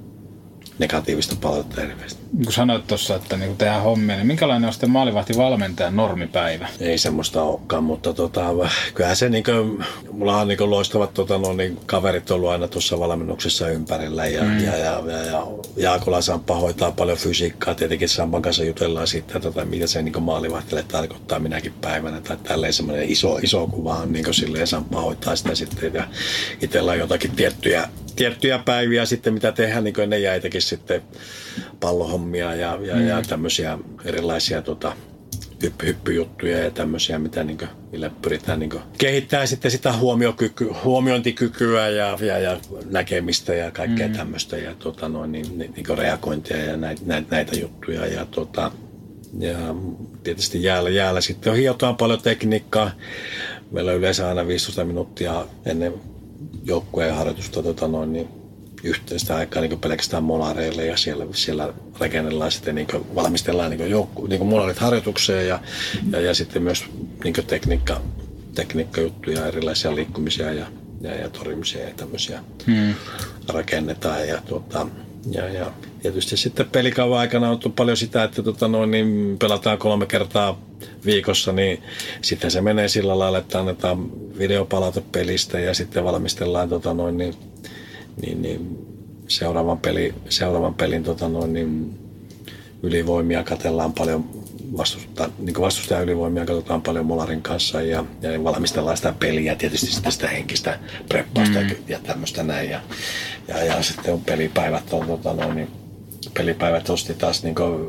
negatiivista palautetta hirveästi. Kun sanoit tuossa, että niin tehdään hommia, niin minkälainen on sitten maalivahtivalmentajan normipäivä? Ei semmoista olekaan, mutta tota, kyllähän se, niin kuin, mulla on niin loistavat tota, no, niin, kaverit ollut aina tuossa valmennuksessa ympärillä ja, mm. ja, ja, ja, ja Jaakola Samppa hoitaa paljon fysiikkaa, tietenkin Sampan kanssa jutellaan siitä, tota, mitä se niin maalivahtille tarkoittaa minäkin päivänä tai tälleen semmoinen iso, iso kuva on niin silleen Samppa hoitaa sitä sitten ja itsellä on jotakin tiettyjä tiettyjä päiviä sitten, mitä tehdään, niin ne jäitäkin sitten pallohommia ja, ja, mm. ja tämmöisiä erilaisia tota, hyppy, hyppyjuttuja ja tämmöisiä, mitä, niin kuin, millä pyritään niin kehittämään sitten sitä huomiokyky, huomiointikykyä ja, ja, ja näkemistä ja kaikkea mm. tämmöistä ja tota, noin, niin, niin reagointia ja näitä, näitä, näitä juttuja. Ja, tota, ja tietysti jäällä, jäällä sitten hiotaan paljon tekniikkaa. Meillä on yleensä aina viisitoista minuuttia ennen joukkueen harjoitusta tota noin, niin yhteistä aikaa niin pelkästään molareille ja siellä, siellä rakennellaan sitten niin valmistellaan niin joukku, niin molarit harjoitukseen ja, ja, ja sitten myös niin tekniikka, tekniikkajuttuja, erilaisia liikkumisia ja, ja, ja torjumisia ja tämmöisiä hmm. rakennetaan ja, tuota, ja, ja tietysti sitten pelikauan aikana on paljon sitä, että tota noin, niin pelataan kolme kertaa viikossa, niin sitten se menee sillä lailla, että annetaan videopalaute pelistä ja sitten valmistellaan tota noin, niin, niin, niin seuraavan, peli, seuraavan pelin tota noin, niin ylivoimia katsellaan paljon, vastusta, niin vastustajan ylivoimia katsotaan paljon molarin kanssa ja, ja valmistellaan sitä peliä, tietysti sitä, sitä henkistä preppausta mm. ja tämmöistä näin. Ja, ja, ja sitten on pelipäivät, on, tota noin, niin pelipäivät osti taas niin kuin,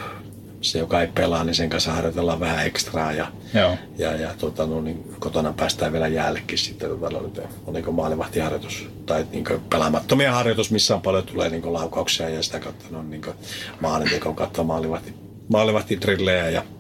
se, joka ei pelaa, niin sen kanssa harjoitellaan vähän ekstraa ja, ja, ja tota, no, niin kotona päästään vielä jäällekin sitten tota, no, on niin maalivahtiharjoitus tai niin pelaamattomia harjoitus, missä on paljon tulee niin laukauksia ja sitä kautta no, niin maalintekon kautta maalivahti, maalivahtitrillejä ja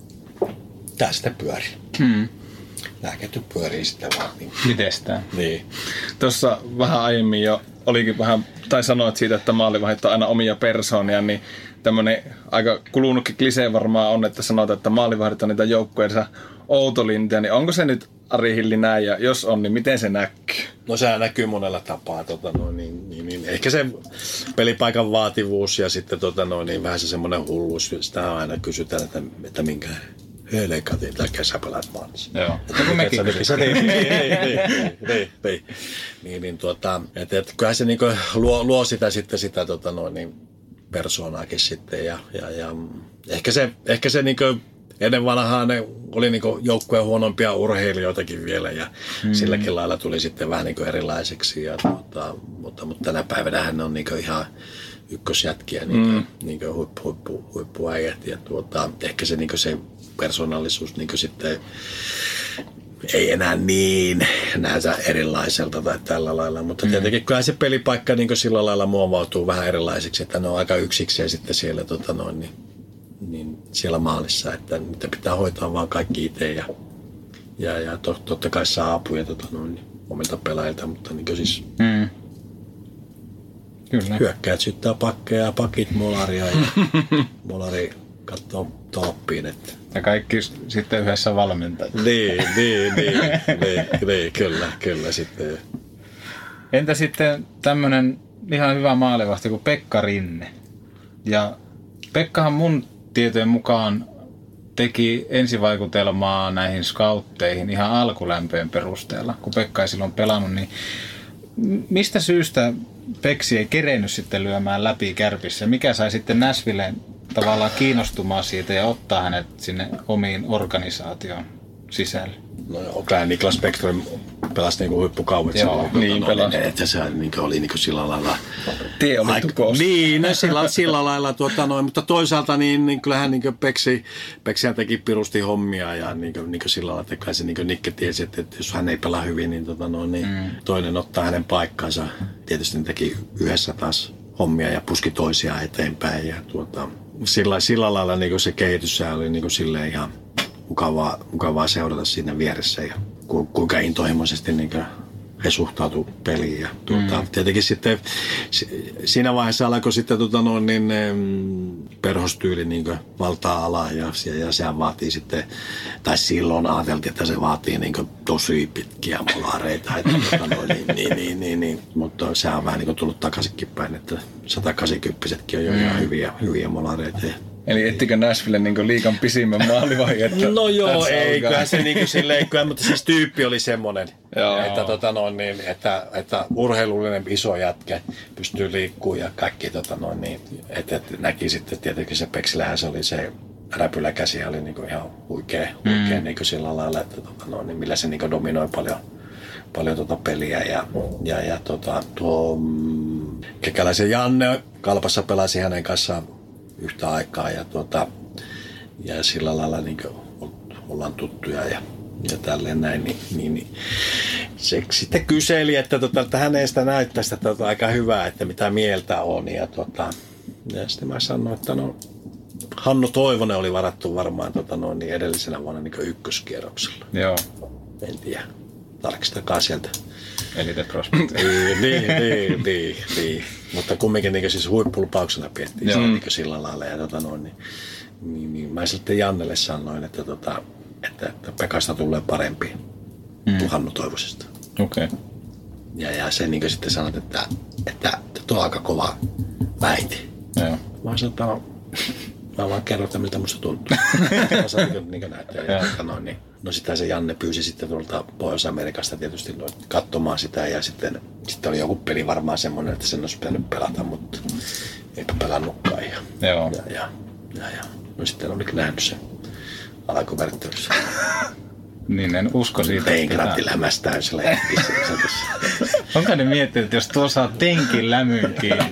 tää sitten pyörii. Hmm. Nää ketty pyörii sitten vaan. Niin. Mitestään. Niin. Tuossa vähän aiemmin jo olikin vähän, tai sanoit siitä, että maalivahdit on aina omia persoonia, niin tämmöinen aika kulunutkin klisee varmaan on, että sanotaan, että maalivahdit on niitä joukkueensa outolintia, niin onko se nyt Ari Hilli näin, ja jos on, niin miten se näkyy? No se näkyy monella tapaa, tota, no, niin, niin, niin, ehkä se pelipaikan vaativuus ja sitten tota, no, niin, vähän se semmoinen hulluus, sitä aina kysytään, että, että minkä helekatin tai kesäpelät maalissa. Joo, että kun mekin kysytään. Niin, niin, niin, niin, niin, niin, niin, tuota, että et, kyllähän se niin kuin, luo, luo sitä sitten sitä tota, no, niin, persoonaakin sitten ja, ja, ja ehkä se, ehkä se niin kuin, ennen vanhaa ne oli niinku joukkueen huonompia urheilijoitakin vielä ja mm. silläkin lailla tuli sitten vähän niinku erilaiseksi. Ja tuota, mutta, mutta tänä päivänä ne on niinku ihan ykkösjätkiä, niinku, mm. niinku huippu, huippu, huippuäijät. Ja tuota, ehkä se, niinku se persoonallisuus niinku sitten ei enää niin näytä erilaiselta tai tällä lailla, mutta tietenkin mm. kyllä se pelipaikka niin sillä lailla muovautuu vähän erilaiseksi, että ne on aika yksikseen sitten siellä, tota noin, niin, niin siellä maalissa, että niitä pitää hoitaa vaan kaikki itse ja, ja, ja to, totta kai saa apuja tota noin, niin, omilta pelaajilta, mutta niin siis mm. kyllä. Hyökkäät syttää pakkeja ja pakit molaria ja molari katsoo tolppiin, että ja kaikki sitten yhdessä valmentajat. Niin, niin, niin, niin, niin, kyllä, kyllä sitten. Entä sitten tämmönen ihan hyvä maalivahti kuin Pekka Rinne? Ja Pekkahan mun tietojen mukaan teki ensivaikutelmaa näihin scoutteihin ihan alkulämpöjen perusteella, kun Pekka ei silloin pelannut, niin mistä syystä Peksi ei kerennyt sitten lyömään läpi Kärpissä? Mikä sai sitten Nashvilleen tavallaan kiinnostumaan siitä ja ottaa hänet sinne omiin organisaatioon sisälle? No okei, Niklas Bäckström pelasi niinku huippukauet. Joo, niin no, pelasi. Että se niinku oli niinku sillä lailla tie oli tukossa. Niin, no, sillä, sillä lailla tuota noin, mutta toisaalta niin, niin kyllähän niinku Peksi, Peksihän teki pirusti hommia ja niinku, niinku sillä lailla, että kai se niinku Nikke tiesi, että, että jos hän ei pelaa hyvin, niin, tota noin, niin mm. toinen ottaa hänen paikkansa. Tietysti ne teki yhdessä taas hommia ja puski toisiaan eteenpäin ja tuota, sillä, sillä lailla niin se kehitys oli niin silleen ihan mukavaa, mukavaa seurata siinä vieressä ja ku, kuinka intohimoisesti niin he suhtautuivat peliin. Ja tuota, mm. Tietenkin sitten siinä vaiheessa alkoi sitten tuota noin, niin, perhostyyli niin valtaa alaa ja, ja, ja sehän vaatii sitten, tai silloin ajateltiin, että se vaatii niin tosi pitkiä molareita, että, tuota noin, niin, niin, niin, niin, niin, mutta sehän on vähän niin tullut takaisinkin päin, että sata kahdeksankymmentäkin on jo ihan hyviä, hyviä molareita. Eli ettikö Nashville niin liigan pisimmän maalivahin? No joo, ei, kyllähän se niin silleen, kyllä, mutta siis tyyppi oli semmoinen, että, tota noin, niin, että, että urheilullinen iso jätkä pystyy liikkumaan ja kaikki tota noin, niin, että, että näki sitten tietenkin se Peksillähän se oli se räpyläkäsi oli niin ihan huikea, huikea mm. niin sillä lailla, että tota noin, niin millä se niin dominoi paljon, paljon tota peliä ja, ja, ja tota, tuo Kekäläisen Janne Kalpassa pelasi hänen kanssaan yhtä aikaa ja, tuota, ja sillä lailla niin ollaan tuttuja ja, ja tälleen näin, niin, niin, niin. Se sitten kyseli, että, tuota, että hänestä näyttäisi että, tuota, aika hyvää, että mitä mieltä on ja, tuota, ja sitten mä sanoin, että no Hannu Toivonen oli varattu varmaan tuota, noin, niin edellisenä vuonna niin ykköskierroksella. Joo. En tiedä, tarkistakaa sieltä. Elite Prospect. niin, niin, niin, niin, niin. Mutta kumminkin niin siis huippulupauksena piettiin sitä niin sillä lailla. Ja, tota, noin, niin, niin, niin, mä sitten Jannelle sanoin, että, tota, että, että Pekasta tulee parempi mm. kuin Hannu Toivosesta. Okei. Okay. Ja, ja se niin sitten sanoi, että, että, että tuo on aika kova väite. Joo. Mä sanoin, että no, mä vaan kerron, että miltä musta tuntuu. Mä sanoin, niin kuin näyttää. Ja, noin, niin. No sitä se Janne pyysi sitten tuolta Pohjois-Amerikasta tietysti katsomaan sitä ja sitten, sitten oli joku peli varmaan semmoinen, että sen olisi pitänyt pelata, mutta eipä pelannutkaan. Ja, Joo. Ja, ja, ja, ja. No sitten oli nähnyt sen alkuverttelyssä. Niin en usko siitä. Tenkratti lämästään se lehtissä. Onko ne miettinyt, että jos tuo saa tenkin lämyn kiinni?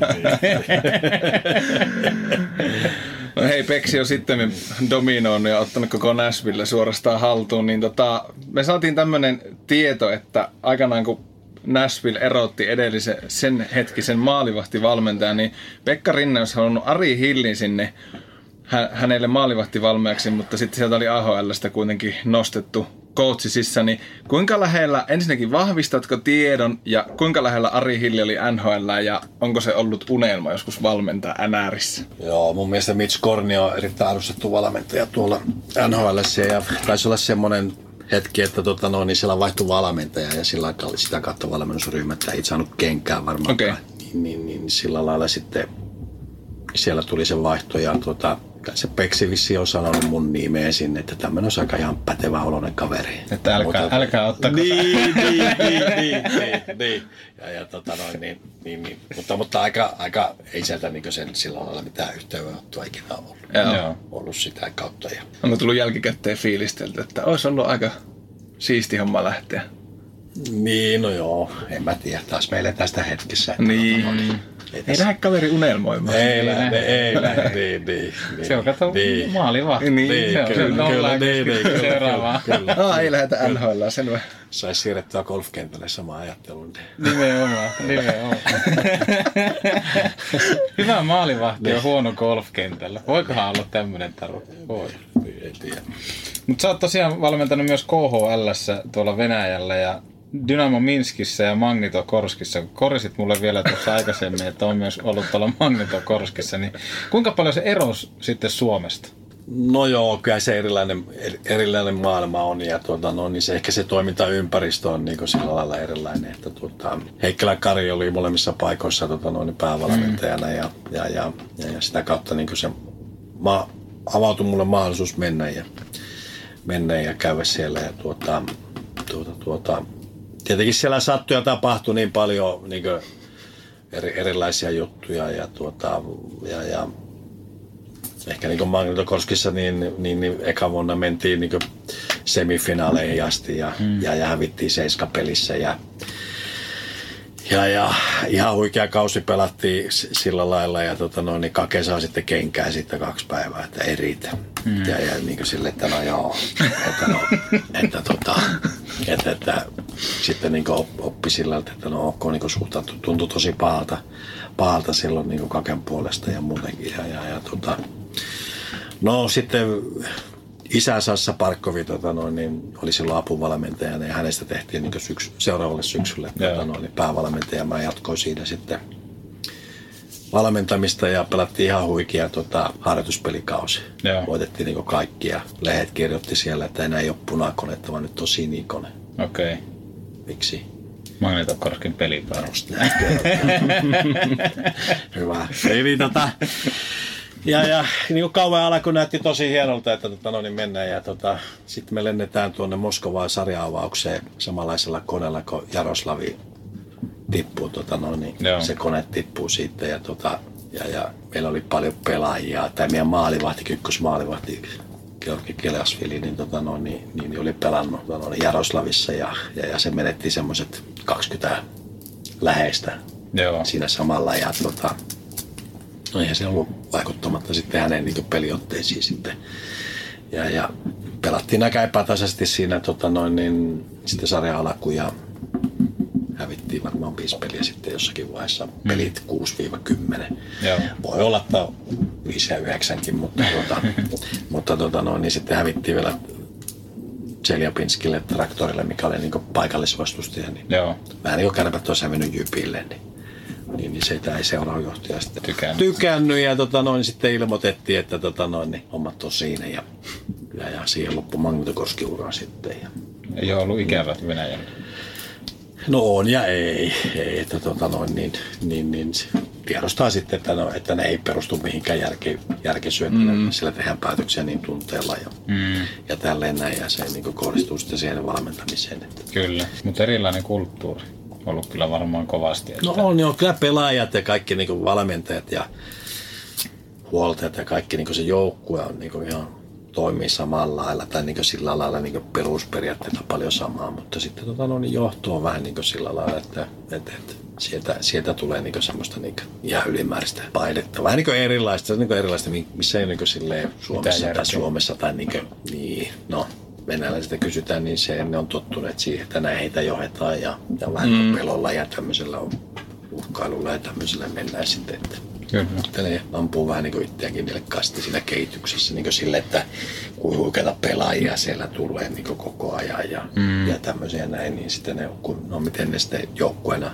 No hei, Peksi on sitten dominoinut ja ottanut koko Nashville suorastaan haltuun, niin tota, me saatiin tämmöinen tieto, että aikanaan kun Nashville erotti edellisen sen hetkisen maalivahtivalmentajan, niin Pekka Rinne olisi halunnut Ari Hillin sinne hänelle maalivahtivalmentajaksi, mutta sitten sieltä oli A H L:stä kuitenkin nostettu coachi sisään, niin kuinka lähellä, ensinnäkin vahvistatko tiedon ja kuinka lähellä Ari Hilli oli N H L ja onko se ollut unelma joskus valmentaa N R:ssä? Joo, mun mielestä Mitch Korni on erittäin arvostettu valmentaja tuolla N H L:ssä ja taisi olla semmoinen hetki, että tota, no, niin siellä vaihtui valmentaja ja sillä aikaa oli sitä kautta valmennusryhmä, että ei saanut kenkään varmaan. Okay. Niin, niin, niin sillä lailla sitten siellä tuli se vaihto ja tota, se Peksi vissiin on sanonut mun nimeen sinne, että tämmöinen on aika ihan pätevä oloinen kaveri. Että älkää, mutta, älkää ottako. Niin, niin, niin, niin, niin, niin. Ja, ja tota noin, niin, niin, niin. Mutta, mutta aika, aika ei sieltä niin sen sillä lailla mitään yhteydenottoa ikinä ollut. Joo. Ollut sitä kautta. Ja... Onko tullut jälkikäteen fiilistelty, että olisi ollut aika siisti homma lähteä? Niin, no joo. En mä tiedä. Taas meille tästä hetkessä. Niin. No, niin. Ei, ei lähde kaveri unelmoimaan. Ei lähde, ei lähde, niin, niin, niin. Se on kato niin. Maalivahti. Niin, niin, se on kyllä, kyllä, niin, niin, kyllä, seuraavaa. Kyllä, kyllä. Ah, ei lähdetä N H L, selvä. Saisi siirrettyä golfkentälle sama ajattelun. Nimenomaan, nimenomaan. Hyvä maalivahti ja huono golfkentällä. Voikohan olla tämmöinen taru? Voi. Ei tiedä. Mutta sä oot tosiaan valmentanut myös K H L:ssä tuolla Venäjällä ja Dynamo Minskissä ja Magnitokorskissa. Korjasit mulle vielä tuossa aikaisemmin, että on myös ollut tuolla Magnitokorskissa. Niin kuinka paljon se erosi sitten Suomesta? No joo, kyllä se erilainen, erilainen maailma on ja tuota, no, niin se, ehkä se toimintaympäristö on niin sillä lailla erilainen. Että, tuota, Heikkilä Kari oli molemmissa paikoissa tuota, no, niin päävalmentajana mm. ja, ja, ja, ja, ja sitä kautta niin se ma, avautui mulle mahdollisuus mennä ja, mennä ja käydä siellä. Ja, tuota, tuota, tuota, tietenkin siellä sattui ja tapahtui niin paljon niin eri, erilaisia juttuja ja, tuota, ja, ja ehkä niin kuin Magnitokorskissa niin, niin, niin eka vuonna mentiin niin semifinaaleihin asti ja, hmm. ja, ja hävittiin seiskapelissä ja, ja, ja ihan huikea kausi pelattiin sillä lailla ja tota no, niin Kake saa sitten kenkää sitten kaksi päivää, että ei riitä. Hmm. Ja, ja niin kuin sille, että no joo, että, no, että, tota, että, että sitten niin kuin oppi sillä, että no ok, niin suhtautui, tuntui tosi pahalta, pahalta silloin niin kuin Kaken puolesta ja muutenkin. Ja, ja, ja, tota, no sitten isä Sassa Parkkovi tota, no, niin oli silloin apuvalmentajana ja hänestä tehtiin niin syksy, seuraavalle syksylle tota, no, niin päävalmentaja. Mä jatkoin siinä sitten valmentamista ja pelattiin ihan huikea tota, harjoituspelikausi. Joo. Voitettiin niin kaikki ja lehdet kirjoitti siellä, että enää ei ole punakonetta, vaan nyt on sinikone. Okei. Okay. Miksi? Magnitokorskin pelipää. Hyvä. Eli tota... Ja, ja niin kuin kauan alkoi näytti tosi hienolta, että tota, no niin mennään ja tota, sitten me lennetään tuonne Moskovaan sarja-avaukseen samanlaisella koneella kuin Jaroslavi tippuu, tota, no niin, se kone tippuu siitä ja, tota, ja, ja meillä oli paljon pelaajia, tai meidän maalivahti, ykkösmaalivahti Georgi Keleasvili, niin, tota, no, niin, niin oli pelannut tota, no, Jaroslavissa ja, ja, ja se menetti semmoiset kaksikymmentä läheistä Joo. siinä samalla ja tota, no eihän se ollut vaikuttamatta sitten hänen niin peliotteisiin sitten. Ja, ja pelattiin aika epätasaisesti siinä tota noin, niin, sitten sarjan alkuun ja hävittiin varmaan viisi peliä sitten jossakin vaiheessa. Mm. Pelit kuusi kymmenen. Voi olla, että viisi ja yhdeksänkin, mutta, tuota, mutta tuota, noin, niin sitten hävittiin vielä Tseljapinskille traktorille, mikä oli niin paikallisvastustaja. Niin vähän niin kuin Kärpät olisi hävinnyt Jypille. Niin. Niin, niin sitä ei seuraavajohtaja sitten tykännyt. tykännyt ja tota noin, sitten ilmoitettiin, että tota noin, niin hommat on siinä ja, ja, ja siihen loppui Magnitokorskin ura sitten. Ja... Ei ole ollut ikävät Venäjällä. No on ja ei, ei että tota noin, niin, niin, niin tiedostaa sitten, että, no, että ne ei perustu mihinkään järke, järkesyöttöön, mm. sillä tehdään päätöksiä niin tunteella ja, mm. ja tälleen näin ja se niin kohdistuu sitten siihen valmentamiseen. Että... Kyllä, mutta erilainen kulttuuri. Ollut kyllä varmaan kovasti. Että... No on joo, kyllä pelaajat ja kaikki niin valmentajat ja huoltajat ja kaikki niin se joukkue on niin ihan toimii samalla lailla tai niin sillä lailla niin perusperiaatteita paljon samaa, mutta sitten tota, no, niin johto on vähän niin sillä lailla, että, että, että sieltä, sieltä tulee niin semmoista niin ihan ylimääräistä painetta. Vähän niin erilaista, niin erilaista, missä ei niin silleen Suomessa tai Suomessa tai niin, kuin, niin no. Venäläisiltä kysytään, niin se ne on tottuneet siihen, että näin heitä johdetaan ja, ja vähän mm. pelolla ja tämmöisellä uhkailulla ja tämmöisellä mennään sitten. Että, että ne ampuu vähän niin kuin itseäänkin nilkkaasti siinä kehityksessä niin kuin sille, että kun huikeita pelaajia siellä tulee niin kuin koko ajan ja, mm. ja tämmöisiä näin, niin sitten ne, kun, no miten ne sitten joukkueena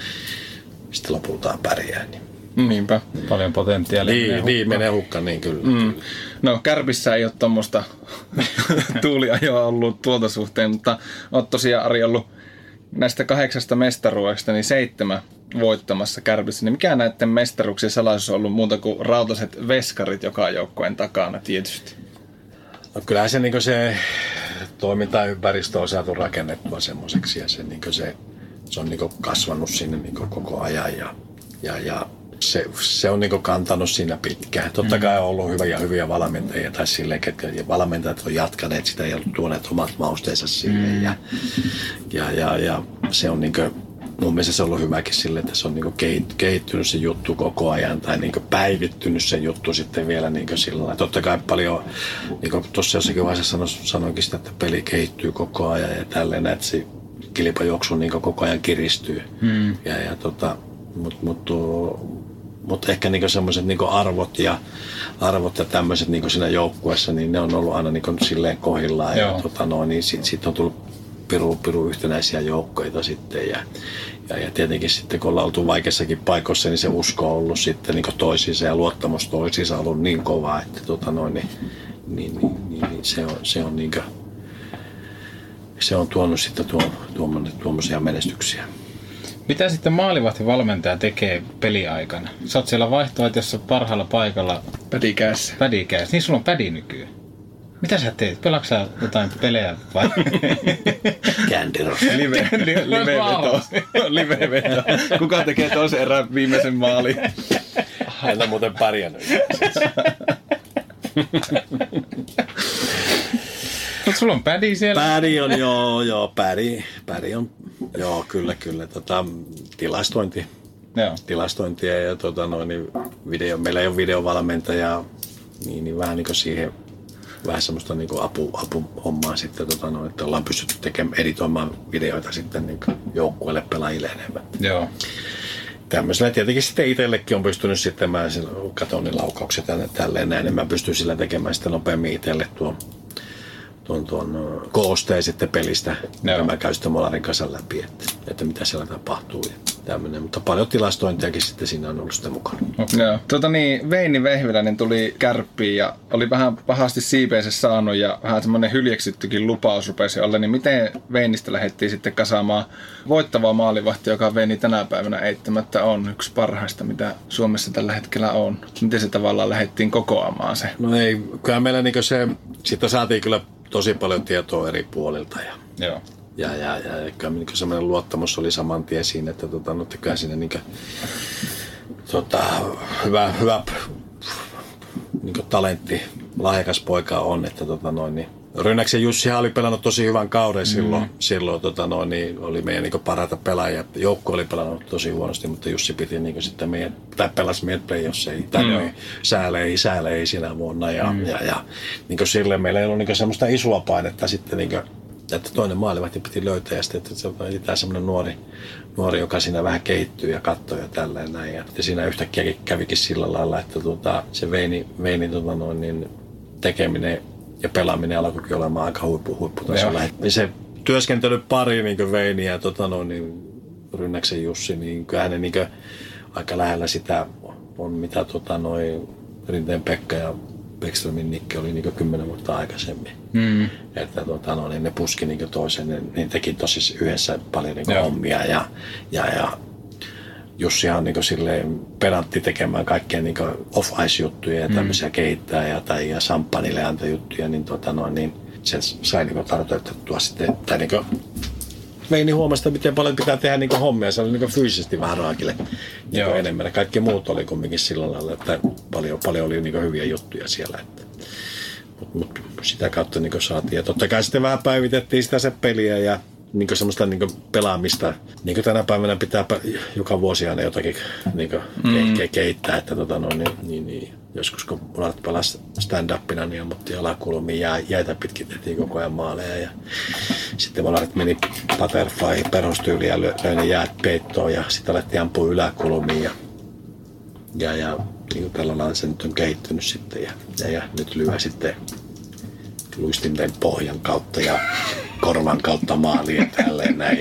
sitten lopultaan pärjää. Niin. Niinpä. Paljon potentiaalia. Niin, menee niin menee hukkaan, niin kyllä. Mm. No Kärpissä ei ole tuommoista tuuliajoa ollut tuolta suhteen, mutta olet tosiaan Ari ollut näistä kahdeksasta mestaruudesta niin seitsemän voittamassa Kärpissä, niin mikä näiden mestaruuksien salaisuus on ollut muuta kuin rautaiset veskarit joka joukkueen takana tietysti? No kyllähän se, niin se toimintaympäristö on saatu rakennettua semmoiseksi ja se, niin se, se on niin kasvanut sinne niin koko ajan ja, ja, ja se, se on niin kantanut siinä pitkään. Totta kai on ollut hyviä, hyviä valmentajia tai silleen, ketkä valmentajat on jatkaneet sitä ja tuoneet omat mausteensa sille mm. ja, ja, ja, ja se on niin kuin, mun mielestä se on ollut hyväkin sille, että se on niinku kehittynyt se juttu koko ajan tai niinku päivittynyt se juttu sitten vielä niinku sillä lailla. Totta kai paljon, niinku tuossa jossakin vaiheessa sano, sanoinkin sitä, että peli kehittyy koko ajan ja tälleen, että se kilpajuoksu niinku koko ajan kiristyy. Hmm. Ja, ja tota, Mutta mut, mut ehkä niinku semmoiset niinku arvot ja arvot ja tämmöiset niinku siinä joukkueessa, niin ne on ollut aina niinku silleen kohdillaan. Ja tota no, niin sit, sit on tullut Piru, piru yhtenäisiä joukkoita sitten ja, ja, ja tietenkin sitten kun ollaan oltu vaikeissakin paikoissa, niin se usko on ollut sitten niin toisiinsa ja luottamus toisiinsa on ollut niin kova, että tota noin, niin, niin, niin, niin, niin se on, se on, niin kuin, se on tuonut sitten tuo, tuommoisia menestyksiä. Mitä sitten maalivahtivalmentaja tekee peliaikana? Sä oot siellä vaihtoehtoissa parhaalla paikalla. Pädikäs. Pädikäs. Niin sulla on pädi nykyään. Mitä sä teet? Pelaatko sä jotain pelejä vai? Kändiros. Live, live, live-veto. Live-veto. Kuka tekee toisen erään viimeisen maalin? Hän on muuten pärjännyt. Mutta sulla on pädi siellä? Pädi on, joo, joo, pädi, pädi on, joo, kyllä, kyllä, tota, tilastointi. Joo. Tilastointia ja tota, noin, niin video, meillä ei ole videovalmentajaa, niin, niin vähän niin kuin siihen, vähän semmoista niin kuin apu, apuhommaa sitten, tota, noin, että ollaan pystytty tekemään, editoimaan videoita sitten niin kuin joukkueelle pelaajille enemmän. Joo. Tämmöisellä tietenkin sitten itsellekin on pystynyt sitten, mä katson ne laukaukset ja tälleen näin, niin mä pystyn sillä tekemään sitten nopeammin itselle tuon tuon, tuon koosteen sitten pelistä, mikä mä käyn sitten molarin kanssa läpi, että, että mitä siellä tapahtuu ja tämmöinen. Mutta paljon tilastointiakin sitten siinä on ollut sitten mukana. Joo. Tuota niin, Veini Vehviläinen tuli Kärppiin ja oli vähän pahasti siipeensä saanut ja vähän semmoinen hyljeksittykin lupaus rupesi olla, niin miten Veinistä lähdettiin sitten kasaamaan voittavaa maalivahtia, joka Veini tänä päivänä eittämättä on yksi parhaista, mitä Suomessa tällä hetkellä on. Miten se tavallaan lähdettiin kokoamaan se? No ei, kyllä meillä niin se, sitten saatiin kyllä tosi paljon tietoa eri puolilta ja, Joo. ja, ja, ja, ja kyllä niin semmoinen luottamus oli saman tien siinä, että tota, no, kyllä siinä niin kuin, tota, hyvä, hyvä niin talentti, lahjakas poika on, että tota, noin, niin Rynnäksen Jussihan oli pelannut tosi hyvän kauden silloin, mm. silloin tota, noin, niin oli meidän niin parhaita pelaajia. Joukko oli pelannut tosi huonosti, mutta Jussi piti niin sitten meidän, tai pelasi meidän play-offs, ei, tai mm. sääle ei, sääle ei sinä vuonna. Ja, mm. ja, ja niin silleen meillä ei ollut niin semmoista isoa painetta sitten, niin kuin, että toinen maalivahti piti löytää ja sitten, että se oli tämä semmoinen nuori, nuori, joka siinä vähän kehittyy ja katsoi ja tälleen näin. Ja siinä yhtäkkiä kävikin sillä lailla, että tuota, se Veini, Veini tuota, noin, niin tekeminen ja pelaaminen alkoikin olemaan aika huippu, huipputasolla. Se työskentelypari niin Veini ja tota, no, niin Rynnäksen Jussi, niin kyllähän ne niin aika lähellä sitä on, mitä tota, noi, Rinteen Pekka ja Bäckströmin Nikke oli niin kymmenen vuotta aikaisemmin. Mm. Että tota, no, niin ne puski niin toisen, ne, ne teki tosi yhdessä paljon niin hommia ja, ja, ja Jussihan on niin silleen pedantti tekemään kaikkea niin off-ice-juttuja ja tämmöisiä mm. kehittää ja, tai, ja samppanille antoi juttuja, niin, tota noin, niin se sai niin tarkoitettua sitten. Tai niin Veini huomasi, miten paljon pitää tehdä niin hommia. Se oli niin fyysisesti vähän raakille niin enemmän. Kaikki muut oli kumminkin sillä lailla, että paljon, paljon oli niin hyviä juttuja siellä. Mutta mut sitä kautta niin saatiin. Ja totta kai sitten vähän päivitettiin sitä se peliä ja niin semmoista niin pelaamista. Niin tänä päivänä pitää joka vuosi aina jotakin niin mm. ke- kehittää. Että tota, no, niin, niin, niin, joskus kun monet pelasi stand-upina, niin ammuttiin alakulmiin jää, jäitä pitkitettiin koko ajan maaleja. Ja sitten monet meni butterfly perustyyliin ja löi ne jäät peittoon ja sitten alettiin ampua yläkulmiin. Ja, ja, ja niin tällä lailla se nyt on kehittynyt sitten ja, ja, ja nyt lyö sitten luistinten pohjan kautta ja korvan kautta maaliin ja tälleen näin.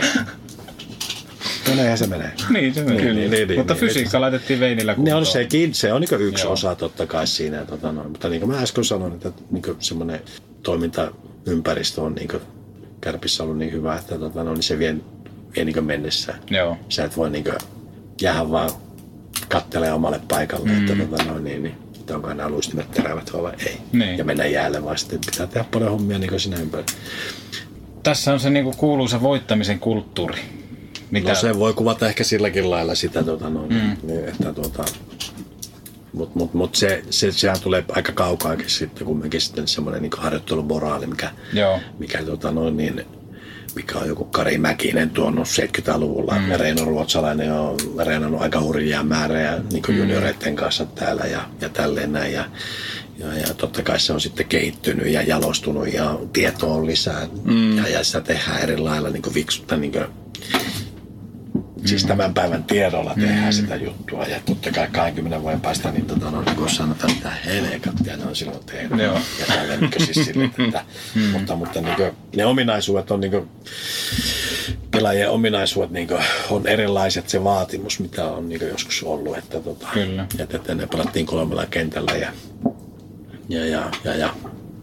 No näinhän se menee. Niin, se menee. Niin, niin, niin, mutta niin, fysiikka niin, laitettiin Veinillä kuntoon. Ne on sekin, se on niin yksi Joo. osa totta kai siinä. Tota noin. Mutta niin kuin mä äsken sanoin, että niin semmoinen toimintaympäristö on niin Kärpissä ollut niin hyvä, että tota noin, niin se vie, ei niin mennessä. Joo. Sä et voi niin jäädä vaan kattelemaan omalle paikalle, mm. että tota, no, niin, niin, onko nämä luistimet terävät vai ei. Niin. Ja mennä jäälle, vaan sitten pitää tehdä paljon hommia niin siinä ympärillä. Tässä on se niin kuin kuuluisa voittamisen kulttuuri. Mitä? No se voi kuvata ehkä silläkin lailla sitä, tota, no, mm. niin, että tota, mutta mut, mut se, se, sehän tulee aika kaukaakin sitten kumminkin sitten semmoinen niin harjoittelumoraali, mikä, mikä, tota, no, niin, mikä on joku Kari Mäkinen tuonut seitsemänkymmentäluvulla. Mm. Reino Ruotsalainen on reenannut aika hurjia määrää niin mm. junioreiden kanssa täällä ja, ja tälleen näin. Ja, ja, ja totta kai se on sitten kehittynyt ja jalostunut ja tietoa on lisää. Mm. Ja, ja sitä tehdään eri lailla niin kuin viksutta. Niin kuin, siis tämän päivän tiedolla tehdään mm. sitä juttua. Ja totta kai kaksikymmentä vuoden päästä, niin tota, no, kun sanotaan, että helekattia ne on silloin tehnyt. Joo. Ja täällä niin siis sille, että, mm. mutta, mutta niin kuin, ne ominaisuudet on niin kuin, pelaajien ominaisuudet niin kuin, on erilaiset se vaatimus, mitä on niin kuin, joskus ollut. Että, tota, että, että ne pelattiin kolmella kentällä ja, ja, ja, ja, ja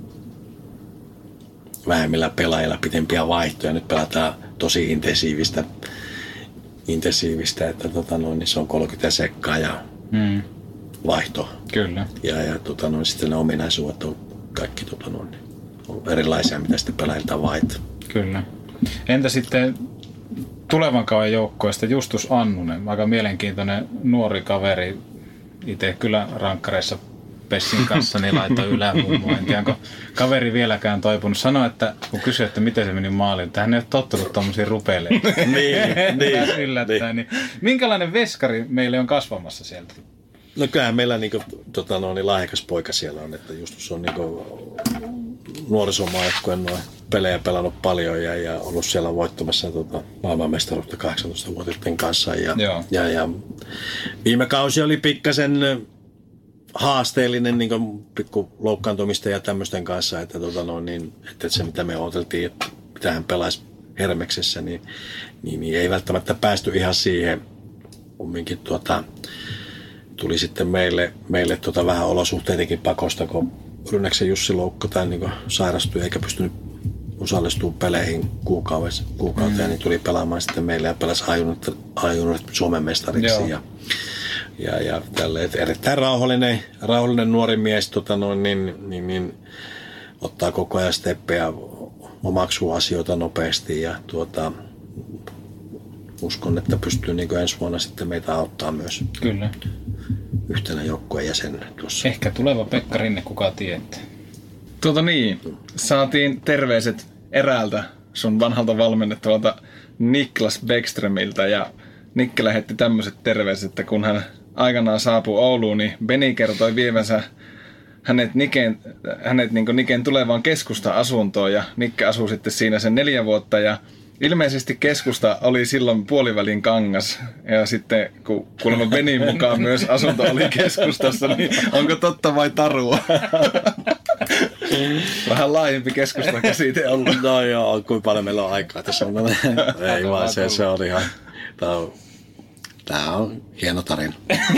vähemmillä pelaajilla pitempiä vaihtoja. Nyt pelataan tosi intensiivistä intensiivistä, että tota noin, niin se on kolmekymmentä sekkaa ja mm. vaihto. Kyllä. Ja, ja tota noin, sitten ne ominaisuudet on kaikki tota noin, on erilaisia, mitä sitten pelaajilta vaihtaa. Kyllä. Entä sitten tulevan kauden joukkueesta Justus Annunen, aika mielenkiintoinen nuori kaveri, itse kyllä rankkareissa Pessin kanssa, niin laittoi ylämummoa. En tiedä, onko kaveri vieläkään toipunut. Sano, että kun kysyi, että miten se meni maaliin, että hän ei ole tottunut tuommoisiin rupeleihin. niin, niin, yllättäen. Niin. Minkälainen veskari meille on kasvamassa sieltä? No kyllähän meillä niinku, tota, no, niin lahjakas poika siellä on, että Justus on niinku, nuorisomaajoukkueen noin pelejä pelannut paljon ja, ja ollut siellä voittamassa tota, maailmanmestaruutta kahdeksantoistavuotiaiden kanssa. Ja, ja, ja viime kausi oli pikkasen haasteellinen niin kuin pikku loukkaantumista ja tämmöisten kanssa, että, tota, no, niin, että se mitä me odoteltiin, että mitä hän pelaisi Hermeksessä, niin, niin, niin ei välttämättä päästy ihan siihen. Kumminkin tuota, tuli sitten meille, meille tuota vähän olosuhteidenkin pakosta, kun Rynnäksen Jussi loukko tai niin sairastui eikä pystynyt osallistumaan peleihin kuukauteen, kuukauteen mm. niin tuli pelaamaan sitten meille ja pelasi ajunurit Suomen mestariksi. Ja, ja, ja tälle, erittäin rauhallinen, rauhallinen nuori mies tota noin, niin, niin, niin, ottaa koko ajan steppejä, omaksuu asioita nopeasti ja tuota, uskon, että pystyy niin ensi vuonna sitten meitä auttaa myös. Kyllä. Yhtenä joukkueen jäsenenä tuossa. Ehkä tuleva Pekka Rinne, kuka tietää. Tuota niin, saatiin terveiset eräältä sun vanhalta valmennettavalta Niklas Bäckströmiltä ja Nikke lähetti tämmöiset terveiset, että kun hän aikanaan saapui Ouluun, niin Beni kertoi vievänsä hänet Niken, hänet niin Niken tulevaan keskusta-asuntoon ja Nikke asui sitten siinä sen neljä vuotta ja ilmeisesti keskusta oli silloin puolivälin kangas ja sitten kun kuulemma Benin mukaan myös asunto oli keskustassa, niin onko totta vai tarua? Vähän laajempi keskusta käsite ollut. No joo, kuinka paljon meillä on aikaa tässä on. Ei vaan se, se oli ihan, tää on, tää on hieno tarina.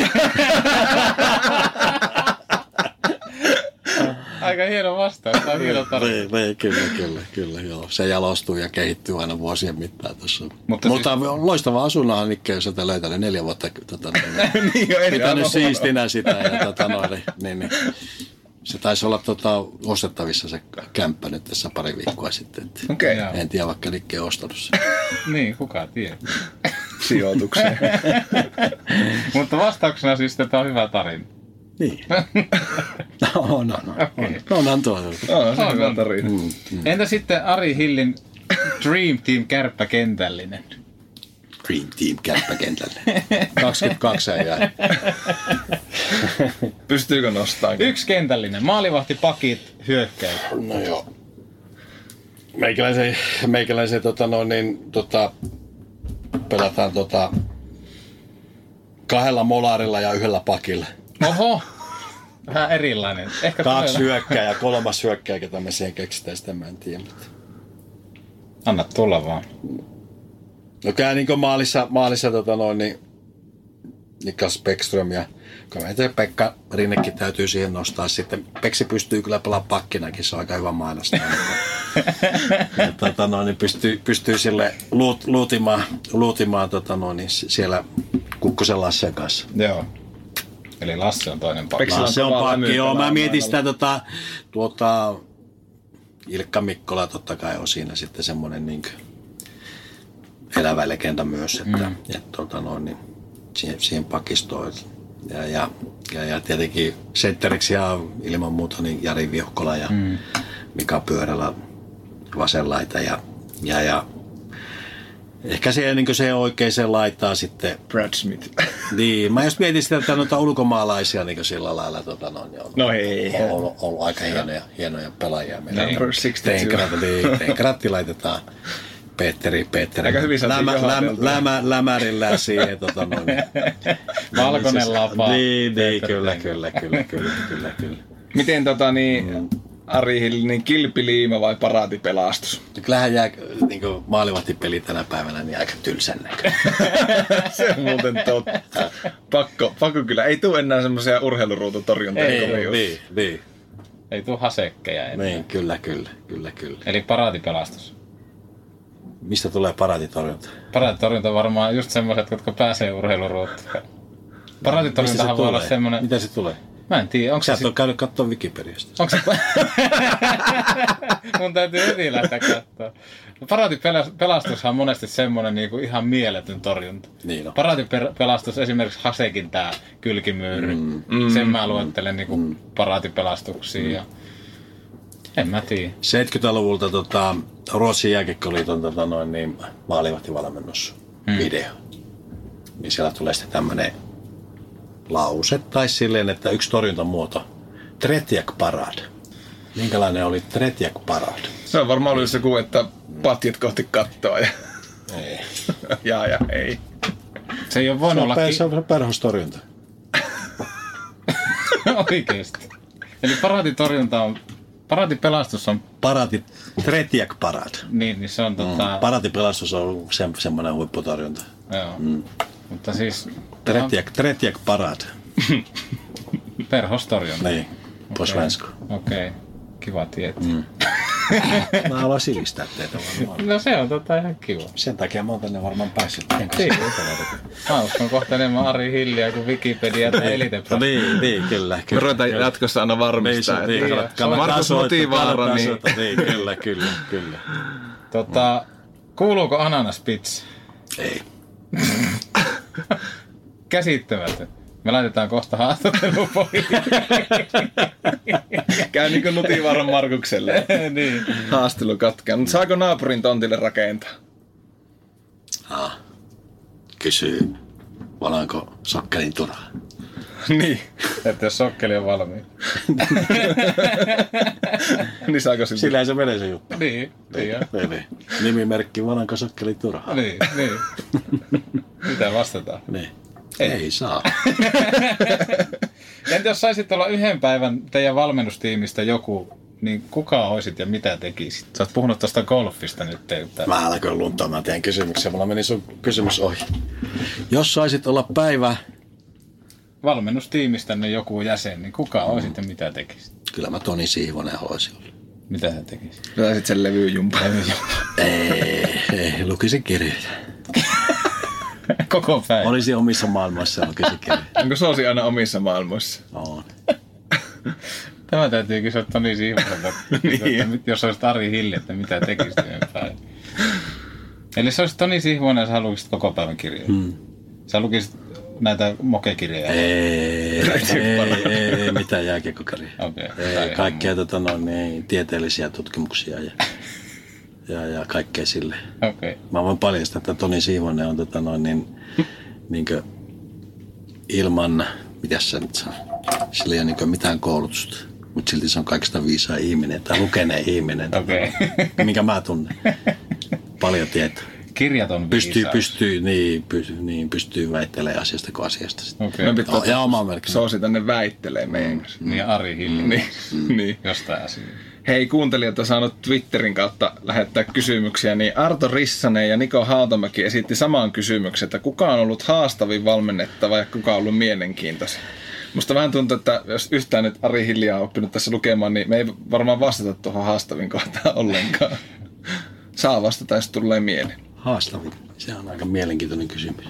Aika hieno vastaus, tämä on hieno tarina. Niin, niin, kyllä, kyllä, kyllä, joo. Se jalostuu ja kehittyy aina vuosien mittaan tuossa. Mutta, Mutta siis... loistava asunnahan Nikke, jos sieltä löytänyt neljä vuotta tota, niin, pitänyt siistinä sitä. Ja, tota, no, niin, niin, se taisi olla tota, ostettavissa se kämppä nyt tässä pari viikkoa sitten. Okay, en tiedä, vaikka Nikke on ostanut sen. Niin, kuka tiedä. Sijoitukseen. Mutta vastauksena siis tämä on hyvä tarina. Niin. no, no, no. Okay. No, onhan tuo. No, se on hyvä tarina. Mm, mm. Entä sitten Ari Hillin Dream Team kärppäkentällinen? Dream Team kärppäkentällinen. kaksikymmentäkaksi jäi. Pystyykö nostamaan? Yksi kentällinen. Maalivahti, pakit, hyökkäys. No joo. Meikäläisen, meikäläisen tota, no, niin, tota, pelataan tota, kahdella molarilla ja yhdellä pakilla. Oho, vähän erilainen. Ehkä kaksi hyökkää ja kolmas hyökkää, ketä me siihen keksitään, sitä mä en tiedä. Anna tulla vaan. No käy niin kuin maalissa, maalissa tota noin, niin Niklas Bäckström ja Pekka Rinnekin täytyy siihen nostaa sitten. Peksi pystyy kyllä pelaamaan pakkinakin, se on aika hyvä mainostaa. ja tota noin, niin pystyy, pystyy sille luut, luutimaan, luutimaan tota noin, niin siellä Kukkosen Lassen kanssa. Joo. Eli Lasse on toinen pakki. Lasse on pakki, joo. Mä mietin sitä tota, tuota, Ilkka Mikkola totta kai on siinä sitten semmoinen niin elävä legenda myös, että mm. et, tota noin, niin siihen, siihen pakistoon. Ja, ja, ja, ja tietenkin sentteriksi ja ilman muuta niin Jari Viuhkola ja mm. Mika Pyörällä vasenlaita ja, ja, ja ehkä se, niin se oikein se laittaa sitten. Brad Smith. Niin, mä just mietin sitä, että noita ulkomaalaisia niin sillä lailla tota, no, on, no ei. On ollut, ollut aika hienoja, hienoja pelaajia. Number kuusikymmentäkaksi. Tenkratti laitetaan Petteri, Petteri. Aika hyvin lämä, lämä, lämä, lämärillä siihen. Tota, no, Valkoinen lapa. Niin, niin kyllä, kyllä, kyllä, kyllä, kyllä, kyllä. Miten tota niin... Mm. Ari Hilli, niin kilpiliima vai paraatipelastus? Kyllähän jää niin maalivahtipeli tänä päivänä niin aika tylsän näköinen. Se on muuten totta. Pakko, pakko kyllä. Ei tule enää semmoisia urheiluruututorjuntoja. Ei, niin, niin. Ei tule hasekkeja enää. Niin, kyllä, kyllä, kyllä, kyllä. Eli paraatipelastus. Mistä tulee paraatitorjunta? Paraatitorjunta on varmaan just semmoiset, jotka pääsee urheiluruutuun. Paraatitorjuntahan voi olla semmoinen... Mitä se tulee? Mä en tiedä, onko sä se... Sä et ole käynyt katsoa Wikipediasta. Onko se... Mun täytyy heti lähteä katsoa. Paraatipelastushan on monesti semmoinen niinku ihan mieletön torjunta. Niin on. Paraatipelastus, esimerkiksi Hasekin tää kylkimyyry. Mm. Sen mä luettelen niinku mm. paraatipelastuksia. Mm. Ja... En mä tiedä. seitsemänkymmentäluvulta tota, Ruotsin jääkiekkoliiton tota, noin niin, maalivahtivalmennus mm. video. Niin siellä tulee sitten tämmönen lause tai silleen, että yksi torjuntamuoto. Tretjak parad. Minkälainen oli Tretjak parad? Se on varmaan ollut joku, että patjat kohti kattoa ja... Ei. ja ja ei. Se ei ole voinut olla... Se on perhostorjunta. Oikeesti. Eli paraatitorjunta on... Paraatipelastus on... Paraati... Tretjak parad. Niin, niin se on tota... Mm. Paraatipelastus on se, semmoinen huipputorjunta. Joo. Mm. Mutta siis... Tretjak, tretjak parad. Perhostorjunta. Niin, på svenska. Okei, okay. Kiva tietää. Mm. Mä haluan sivistää teitä varmaan. No se on tota ihan kiva. Sen takia mä oon tänne varmaan päässyt. Mä uskon kohta enemmän Ari Hilliä kuin Wikipedia tai Elite-pro. Niin, niin, kyllä. Me ruvetaan jatkossa aina varmistaa. Niin, että niin, Markus Motivaara. Niin. niin, kyllä, kyllä, kyllä. Tota, kuuluuko ananaspizza? Ei. Käsittämätön. Me laitetaan kohta haastattelun pois. Käy niin kuin Nutivaaran Markukselle. Niin. Haastelu katkeaa. Mutta saako naapurin tontille rakentaa? Ah. Kysyy, valaanko sokkelin turhaa? Niin. Että jos sokkeli on valmiin. Niin saako sillä? Sillähän se menee se juttu. Niin. niin, niin. Nimimerkki, valaanko sokkelin turhaa? Niin, niin. Mitä vastataan? Niin. Ei, Ei saa. Entä jos saisit olla yhden päivän teidän valmennustiimistä joku, niin kuka olisit ja mitä tekisit? Sä oot puhunut tuosta golfista nyt. Että... Mä älköön luntaamaan teidän kysymyksiä. Mulla meni sun kysymys ohi. Jos saisit olla päivä... valmennustiimistänne joku jäsen, niin kuka mm. olisit ja mitä tekisit? Kyllä mä Toni Siivonen haluaisin olla. Mitä sä tekisit? Saisit sen levyjumpa. ei, ei, lukisin kirjoja. Koko päivä. Olisi omissa maailmoissa lukisin kirjoja. Onko Soosi aina omissa maailmoissa? On. Tämä täytyy kysyä Toni Siivoselta, niin. Jos olisit Ari Hilli, että mitä tekisit yhden päivän. Eli se olisi Toni Siivonen ja sä lukisit koko päivän kirjoja. Hmm. Sä lukisit näitä mokekirjoja? Ei, ei, ei, ei mitään jääkiekkokirjoja. Okay. Ei, kaikkea tota, no, niin, tieteellisiä tutkimuksia ja, ja, ja kaikkea sille. Okay. Mä voin paljastaa, että Toni Siivonen on tota, no, niin, niin kuin, ilman, mitäs sä nyt sanoo, sillä ei ole niin mitään koulutusta, mutta silti se on kaikista viisaa ihminen tai lukeneen ihminen, okay. minkä mä tunnen. Paljon tietoa. Kirjaton pystyy, viisaus. Pystyy, niin, pystyy, niin, pystyy väittelemään asiasta kuin asiasta. Okay. Me pitää oh, ja oma merkki. Soosi tänne väittelee meidän kanssa. Mm. Niin Ari Hilli. Mm. Niin. Mm. niin. Jostain asiaa. Hei, kuuntelijat on saanut Twitterin kautta lähettää kysymyksiä, niin Arto Rissanen ja Niko Hautamäki esitti saman kysymyksen, että kuka on ollut haastavin valmennettava ja kuka on ollut mielenkiintoisin? Musta vähän tuntuu, että jos yhtään nyt Ari Hilja on oppinut tässä lukemaan, niin me ei varmaan vastata tuohon haastavin kohtaan ollenkaan. Saa vastata, jos tulee mieleen. Haastavin? Se on aika mielenkiintoinen kysymys.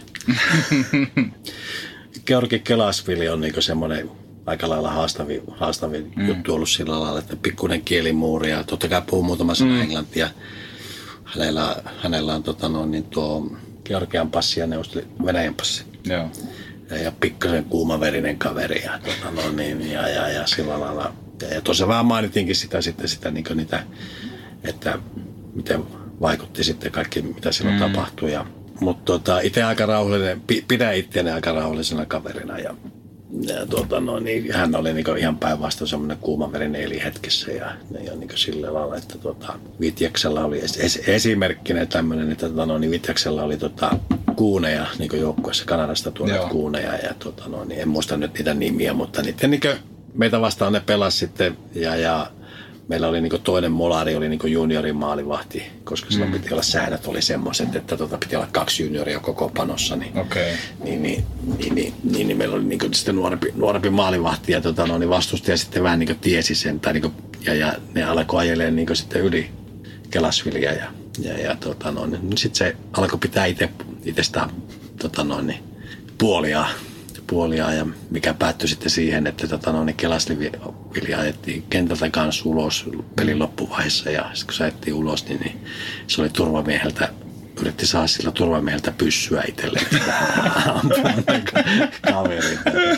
Georgi Kelasvili on niinku semmoinen aika lailla haastavin, haastavin mm. juttu ollut sillä lailla, että pikkuinen kielimuuri ja totta kai puhuu muutama sana mm. englantia. Hänellä, hänellä on tota, no, niin tuo Georgian passi ja Neuvostoli Venäjän passi. Joo. Ja, ja pikkasen kuumaverinen kaveri ja, tota, no, niin, ja, ja, ja sillä lailla. Ja, ja tuossa vähän mainitinkin sitä, sitä, sitä niin niitä, että miten vaikutti sitten kaikki, mitä silloin mm. tapahtui. Ja, mutta tota, itse aika rauhallinen, pidän itseäni aika rauhallisena kaverina ja, ja tuota, no, niin, hän oli niin ihan päinvastoin semmoinen kuumaverinen eli hetkessä ja, ja niin sillä lailla, että tuota, Vitjaksella oli es, esimerkkinä tämmöinen, että tuota, no, niin Vitjaksella oli tota, kuuneja niin joukkueessa, Kanadasta tuoneet kuuneja ja tuota, no, niin en muista nyt niitä nimiä, mutta niiden, niin kuin, meitä vastaan ne pelasi sitten ja, ja meillä oli niin toinen molari, oli niin juniorin maalivahti, koska silloin mm. piti olla säännöt oli semmoiset, että tota, piti olla kaksi junioria koko panossa. Niin, okay. niin, niin, niin, niin, niin, niin meillä oli niin sitten nuorempi, nuorempi maalivahti ja tota, no, niin vastustaja sitten vähän niin tiesi sen. Tai, niin kuin, ja, ja ne alkoi ajelemaan niin sitten yli Kelasviliä ja, ja, ja tota, no, niin sitten se alkoi pitää itse, itsestään tota, no, niin, puoliaan. puoliaan ja mikä päättyi sitten siihen, että tota, no, niin Kelasvili ajettiin kentältä kanssa ulos pelin loppuvaiheessa ja sitten kun se ajettiin ulos, niin, niin se oli turvamieheltä, yritti saada sillä turvamieheltä pyssyä itselleen ampumaan kaverin.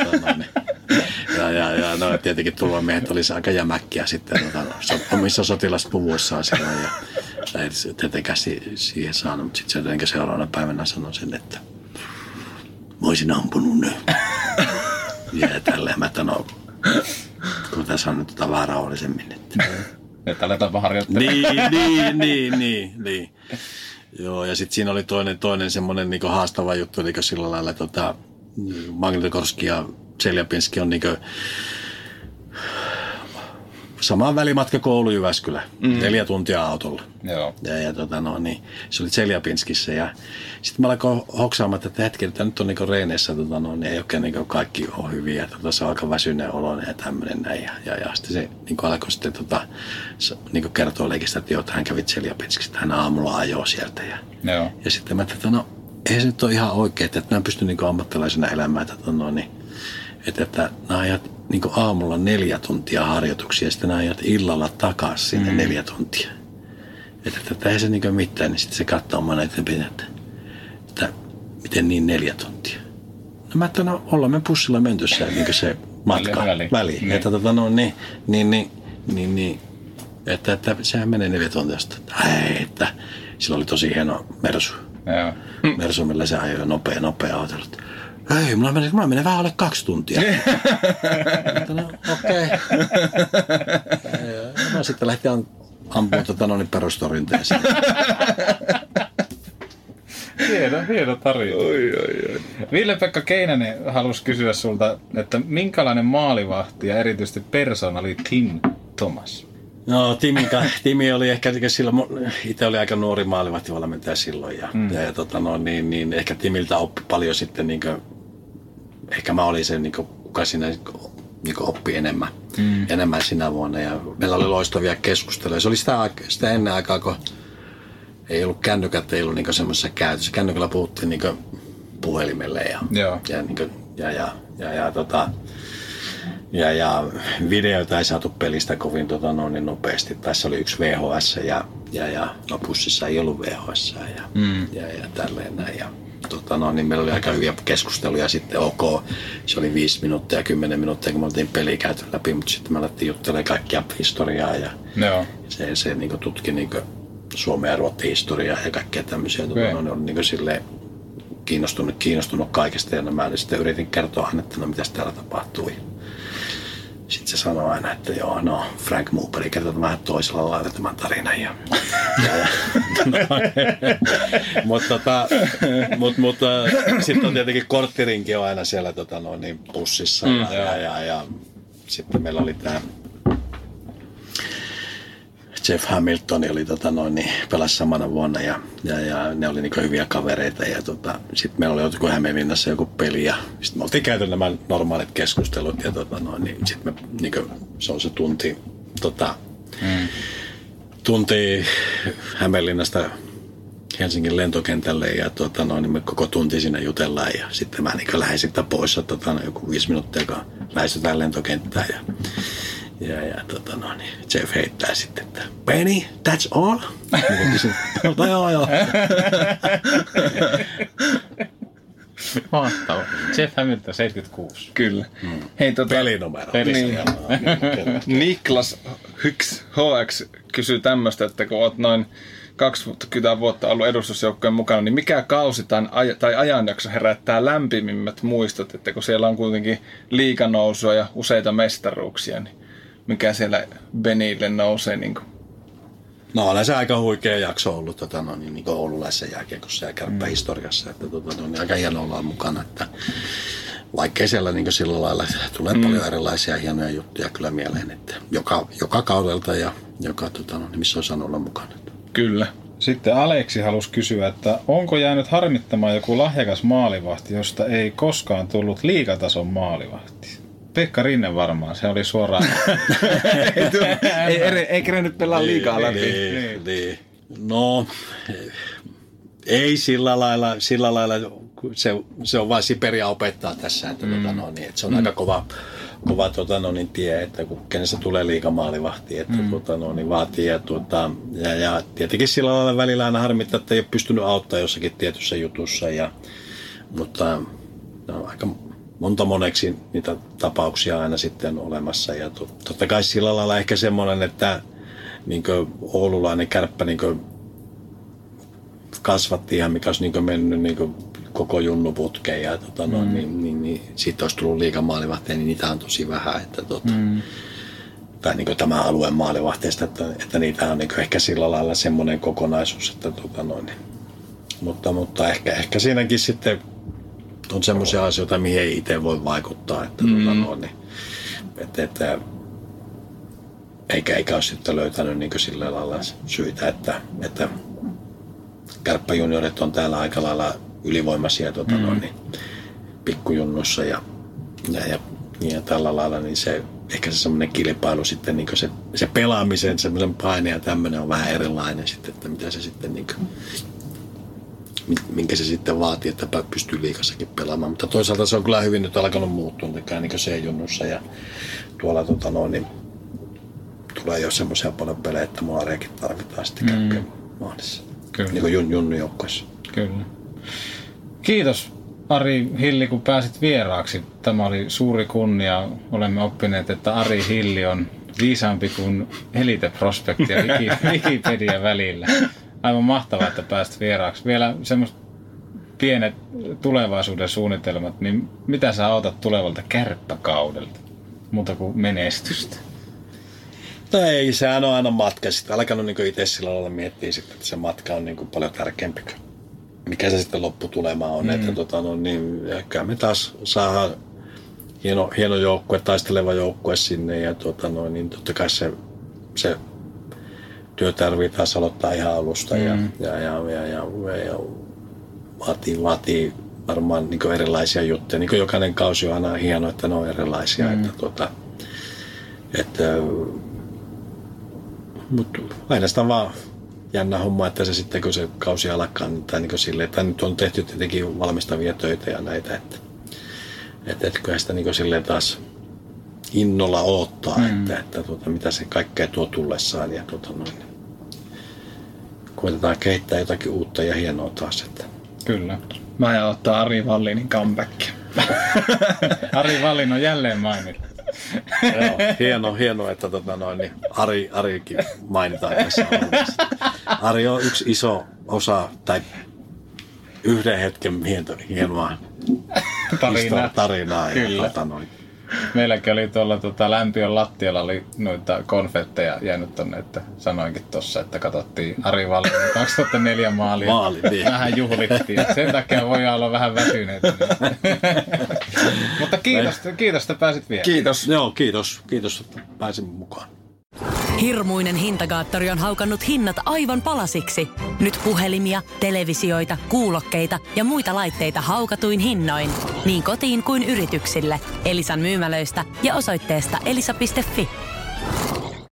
Ja, ja, ja no, tietenkin turvamiehet oli aika jämäkkiä sitten tota, omissa sotilaspuvuissaan silloin ja ei tietenkään siihen saanut, mutta sitten se seuraavana päivänä sanoi sen, että mä olisin ampunut nyt. Ja tälleen mä no, kun tässä on nyt tota vähän rauhallisemmin. Että aletaanpa harjoittelemaan. Niin, niin, niin, niin, niin. Joo, ja sitten siinä oli toinen, toinen semmoinen niinku haastava juttu, eli sillä lailla tota, Magnitogorski ja Tseljapinski on niinku sama välimatka koulu Jyväskylä, mm. neljä tuntia autolla. Joo. Ja, ja tota, no, niin, se oli Tseljapinskissä ja sitten mä alkoin hoksaamaan, että hetken, että nyt on niinku reeneissä, tota, no, niin ei oikein niinku kaikki ole hyviä, tota, se on aika väsyneen oloinen ja tämmöinen näin. Ja, ja, ja sitten se niinku alkoi sitten tota, niinku kertoa leikistä, että joo, hän kävi Tseljapinskissä, että hän aamulla ajoi sieltä. Ja, Joo. ja sitten mä ajattelin, että no ei se nyt ole ihan oikein, että mä en pysty niinku ammattilaisena elämään, että, no, niin, että, että nämä ajat niin aamulla neljä tuntia harjoituksia ja sitten ajat illalla takaisin sinne mm. neljä tuntia. Että, että ei se niin mitään, niin sitten se katsoo mua näiden pitää, että, että miten niin neljä tuntia. No mä ajattelin, no ollaan me bussilla menty se, niin se matka väliin. väliin. Niin. Että tota no niin, niin, niin, niin, niin että, että sehän menee neljä tuntia. Että, ei, että sillä oli tosi hieno Mersu. Joo. Mersu, millä se ajoi nopea, nopea auto. Ei, mulla menee, mulla menee vähän alle kaksi tuntia. No, okei. Okay. No sitten lähti ampumaan tota noin perustorjunteeseen. Hieno, hieno tarina. Oi, oi, oi. Ville-Pekka Keinänen halusi kysyä sulta, että minkälainen maalivahti ja erityisesti persoona oli Tim Thomas? No Timi, Timi oli ehkä silloin, itse oli aika nuori maalivahtivalmentaja silloin ja, mm. ja, ja tota, no, niin, niin, ehkä Timiltä oppi paljon sitten, niin kuin, ehkä mä olin se, niin kuin, kuka siinä niin kuin oppi enemmän, mm. enemmän sinä vuonna ja meillä oli loistavia keskusteluja. Se oli sitä, sitä ennen aikaa, kun ei ollut kännykät, ei ollut niin semmoisessa käytössä. Kännykällä puhuttiin niin puhelimelle ja, ja, niin kuin, ja, ja, ja, ja, tota, ja, ja videoita ei saatu pelistä kovin tota, no, niin nopeasti. Tässä oli yksi V H S ja, ja, ja no, bussissa ei ollut V H S ja, mm. ja, ja tälleen näin. Ja, tota, no, niin meillä oli aika hyviä keskusteluja sitten ok. Se oli viisi minuuttia ja kymmenen minuuttia, kun me oltiin peliä käyty läpi, mutta sitten me alettiin juttelemaan kaikkia historiaa ja no. se, se niin tutki niin Suomen ja Ruotsin historiaa ja kaikkea tämmöisiä. Tota, no, ne oli niin silleen kiinnostunut, kiinnostunut kaikesta ja no, mä sitten yritin kertoa aina, että no mitäs täällä tapahtui. Sitten se sanoi aina, että joo, no Frank Mooperi kertoo vähän toisella lailla tämän tarinan. Ja, ja, ja, no, mutta tota, mut, mut, sitten on tietenkin korttirinki on aina siellä tota, no, niin bussissa. Mm, ja, ja, ja, ja sitten meillä oli tämä Jeff Hamilton oli tota noin, niin pelasi samana vuonna ja, ja, ja ne oli niinku hyviä kavereita ja tota, sitten meillä oli joku Hämeenlinnassa joku peli ja sitten me oltiin käyty nämä normaalit keskustelut ja tota noin, niin sitten me niinku, se on se tunti tota, mm. tunti Hämeenlinnasta Helsingin lentokentälle ja tota, no, niin me koko tunti siinä jutellaan ja sitten mä niin lähdin sitten pois, tota, no, joku viisi minuuttia, kun lähestytään lentokenttään ja, ja, ja tota, no, niin Jeff heittää sitten, että Benny, that's all? No joo joo. Mahtava. Jeff Hamilton seitsemänkymmentäkuusi. Kyllä. Mm. Hei, tota, pelinumero. Niin. Niklas Hyks H X kysyy tämmöistä, että kun oot noin kaksikymmentä vuotta ollut edustusjoukkojen mukana, niin mikä kausi tai, aj- tai ajanjakso herättää lämpimimmät muistot, että kun siellä on kuitenkin liiganousua ja useita mestaruuksia, niin mikä siellä Benille nousee? Niin kuin? No on se aika huikea jakso ollut tota, no, niin, niin oululaisen jääkiekossa ja kärppähistoriassa, että tota, no, niin aika hienoa olla mukana, että vaikkei siellä niin sillä lailla tulee mm. paljon erilaisia hienoja juttuja kyllä mieleen, että joka, joka kaudelta ja joka, tota, no, niin missä on saanut olla mukana. Kyllä. Sitten Aleksi halusi kysyä, että onko jäänyt harmittamaan joku lahjakas maalivahti, josta ei koskaan tullut liigatason maalivahti? Pekka Rinne varmaan, se oli suoraan. ei, ei, ei kerennyt pelaa liigaa läpi. Niin, niin. No, ei sillä lailla, sillä lailla se, se on vain Siperia opettaa tässä, että, mm. tota, no, niin, että se on mm. aika kova, kova tota, no, niin tie, että kun kenestä tulee liigamaalivahti, että mm. tota, no, niin vaatii. Ja, tuota, ja, ja tietenkin sillä lailla välillä aina harmittaa, että ei ole pystynyt auttamaan jossakin tietyssä jutussa, ja, mutta no, aika monta moneksi niitä tapauksia aina sitten on olemassa. Ja tot, totta kai sillä lailla ehkä semmoinen, että niin kuin oululainen kärppä niin kuin kasvatti ihan, mikä olisi niin kuin mennyt niin kuin koko junnuputkeen ja tota, no, mm. niin, niin, niin siitä olisi tullut liigan maalivahteen, niin niitä on tosi vähän. Että, tota, mm. tai niin kuin tämä alueen maalivahteista, että, että niitä on niin kuin ehkä sillä lailla semmoinen kokonaisuus. Että, tota, no, niin. mutta, mutta ehkä, ehkä siinäkin sitten on semmoisia asioita, mihin ei itse voi vaikuttaa. Että, mm. tota, no, niin, että, että, eikä, eikä ole sitten löytänyt niin kuin sillä lailla syitä, että, että kärppäjuniorit on täällä aika lailla ylivoimaisia tuota, mm. no, niin, pikkujunnussa ja, ja, ja, ja tällä lailla, niin se, ehkä se semmoinen kilpailu sitten, niin se, se pelaamisen semmoisen paine ja tämmöinen on vähän erilainen sitten, että mitä se sitten, niin kuin, minkä se sitten vaatii, että pystyy liigassakin pelaamaan, mutta toisaalta se on kyllä hyvin nyt alkanut muuttua, niin C-junnussa ja tuolla tota, no, niin, tulee jo semmoisia paljon pelejä, että muareakin tarvitaan sitten käykköön mm. mahdissa. Kyllä. Niin kuin jun, junnujoukkoissa. Kyllä. Kiitos Ari Hilli, kun pääsit vieraaksi. Tämä oli suuri kunnia. Olemme oppineet, että Ari Hilli on viisaampi kuin Elite Prospect ja Wikipedia välillä. Aivan mahtavaa, että pääsit vieraaksi. Vielä semmoiset pienet tulevaisuuden suunnitelmat, niin mitä sä odotat tulevalta kärppäkaudelta? Muuta kuin menestystä. No ei, sehän on aina matka. Sitten alkanut niin itse sillä lailla miettiä, sitten, että se matka on niin paljon tärkeämpi. Mikä se sitten lopputulemaan on. Mm. Että, tota, no, niin, ehkä me taas saadaan hieno, hieno joukkue, taisteleva joukkue sinne. Ja tota, no, niin totta kai se, se työ tarvitsee taas aloittaa ihan alusta. Mm. Ja, ja, ja, ja, ja, ja vaatii, vaatii varmaan niin erilaisia juttuja. Niin jokainen kausi on aina hieno, että ne on erilaisia. Mm. Että, tota, että, mutta aina sitä vaan jännä homma, että se sitten kun se kausi alkaa, niin, tai niin silleen, että nyt on tehty tietenkin valmistavia töitä ja näitä, että, että, että kyllä sitä niin silleen taas innolla odottaa, mm. että, että tuota, mitä se kaikkea tuo tullessaan ja tuota, noin, koitetaan kehittää jotakin uutta ja hienoa taas. Että. Kyllä. Mä aion ottaa Ari Vallinin comebackia. Ari Vallin on jälleen mainittu. Joo, hieno, hieno, että tota noin, niin Ari, Arikin mainitaan tässä ohjelmassa. Ari on yksi iso osa, tai yhden hetken hienoa tarinaa. tarinaa ja, tota noin. Meilläkin oli tuolla tota, lämpiön lattialla oli noita konfetteja jäänyt tonne, että sanoinkin tossa, että katsottiin Ari Vallinen kaksituhattaneljä maalia. Maali, niin. Vähän juhlittiin. Sen takia voi olla vähän väsyneitä. Mutta kiitos, kiitos, että pääsit vielä. Kiitos. Joo, kiitos. Kiitos, että pääsin mukaan. Hirmuinen hintakaattori on haukannut hinnat aivan palasiksi. Nyt puhelimia, televisioita, kuulokkeita ja muita laitteita haukatuin hinnoin. Niin kotiin kuin yrityksille. Elisan myymälöistä ja osoitteesta elisa piste fi.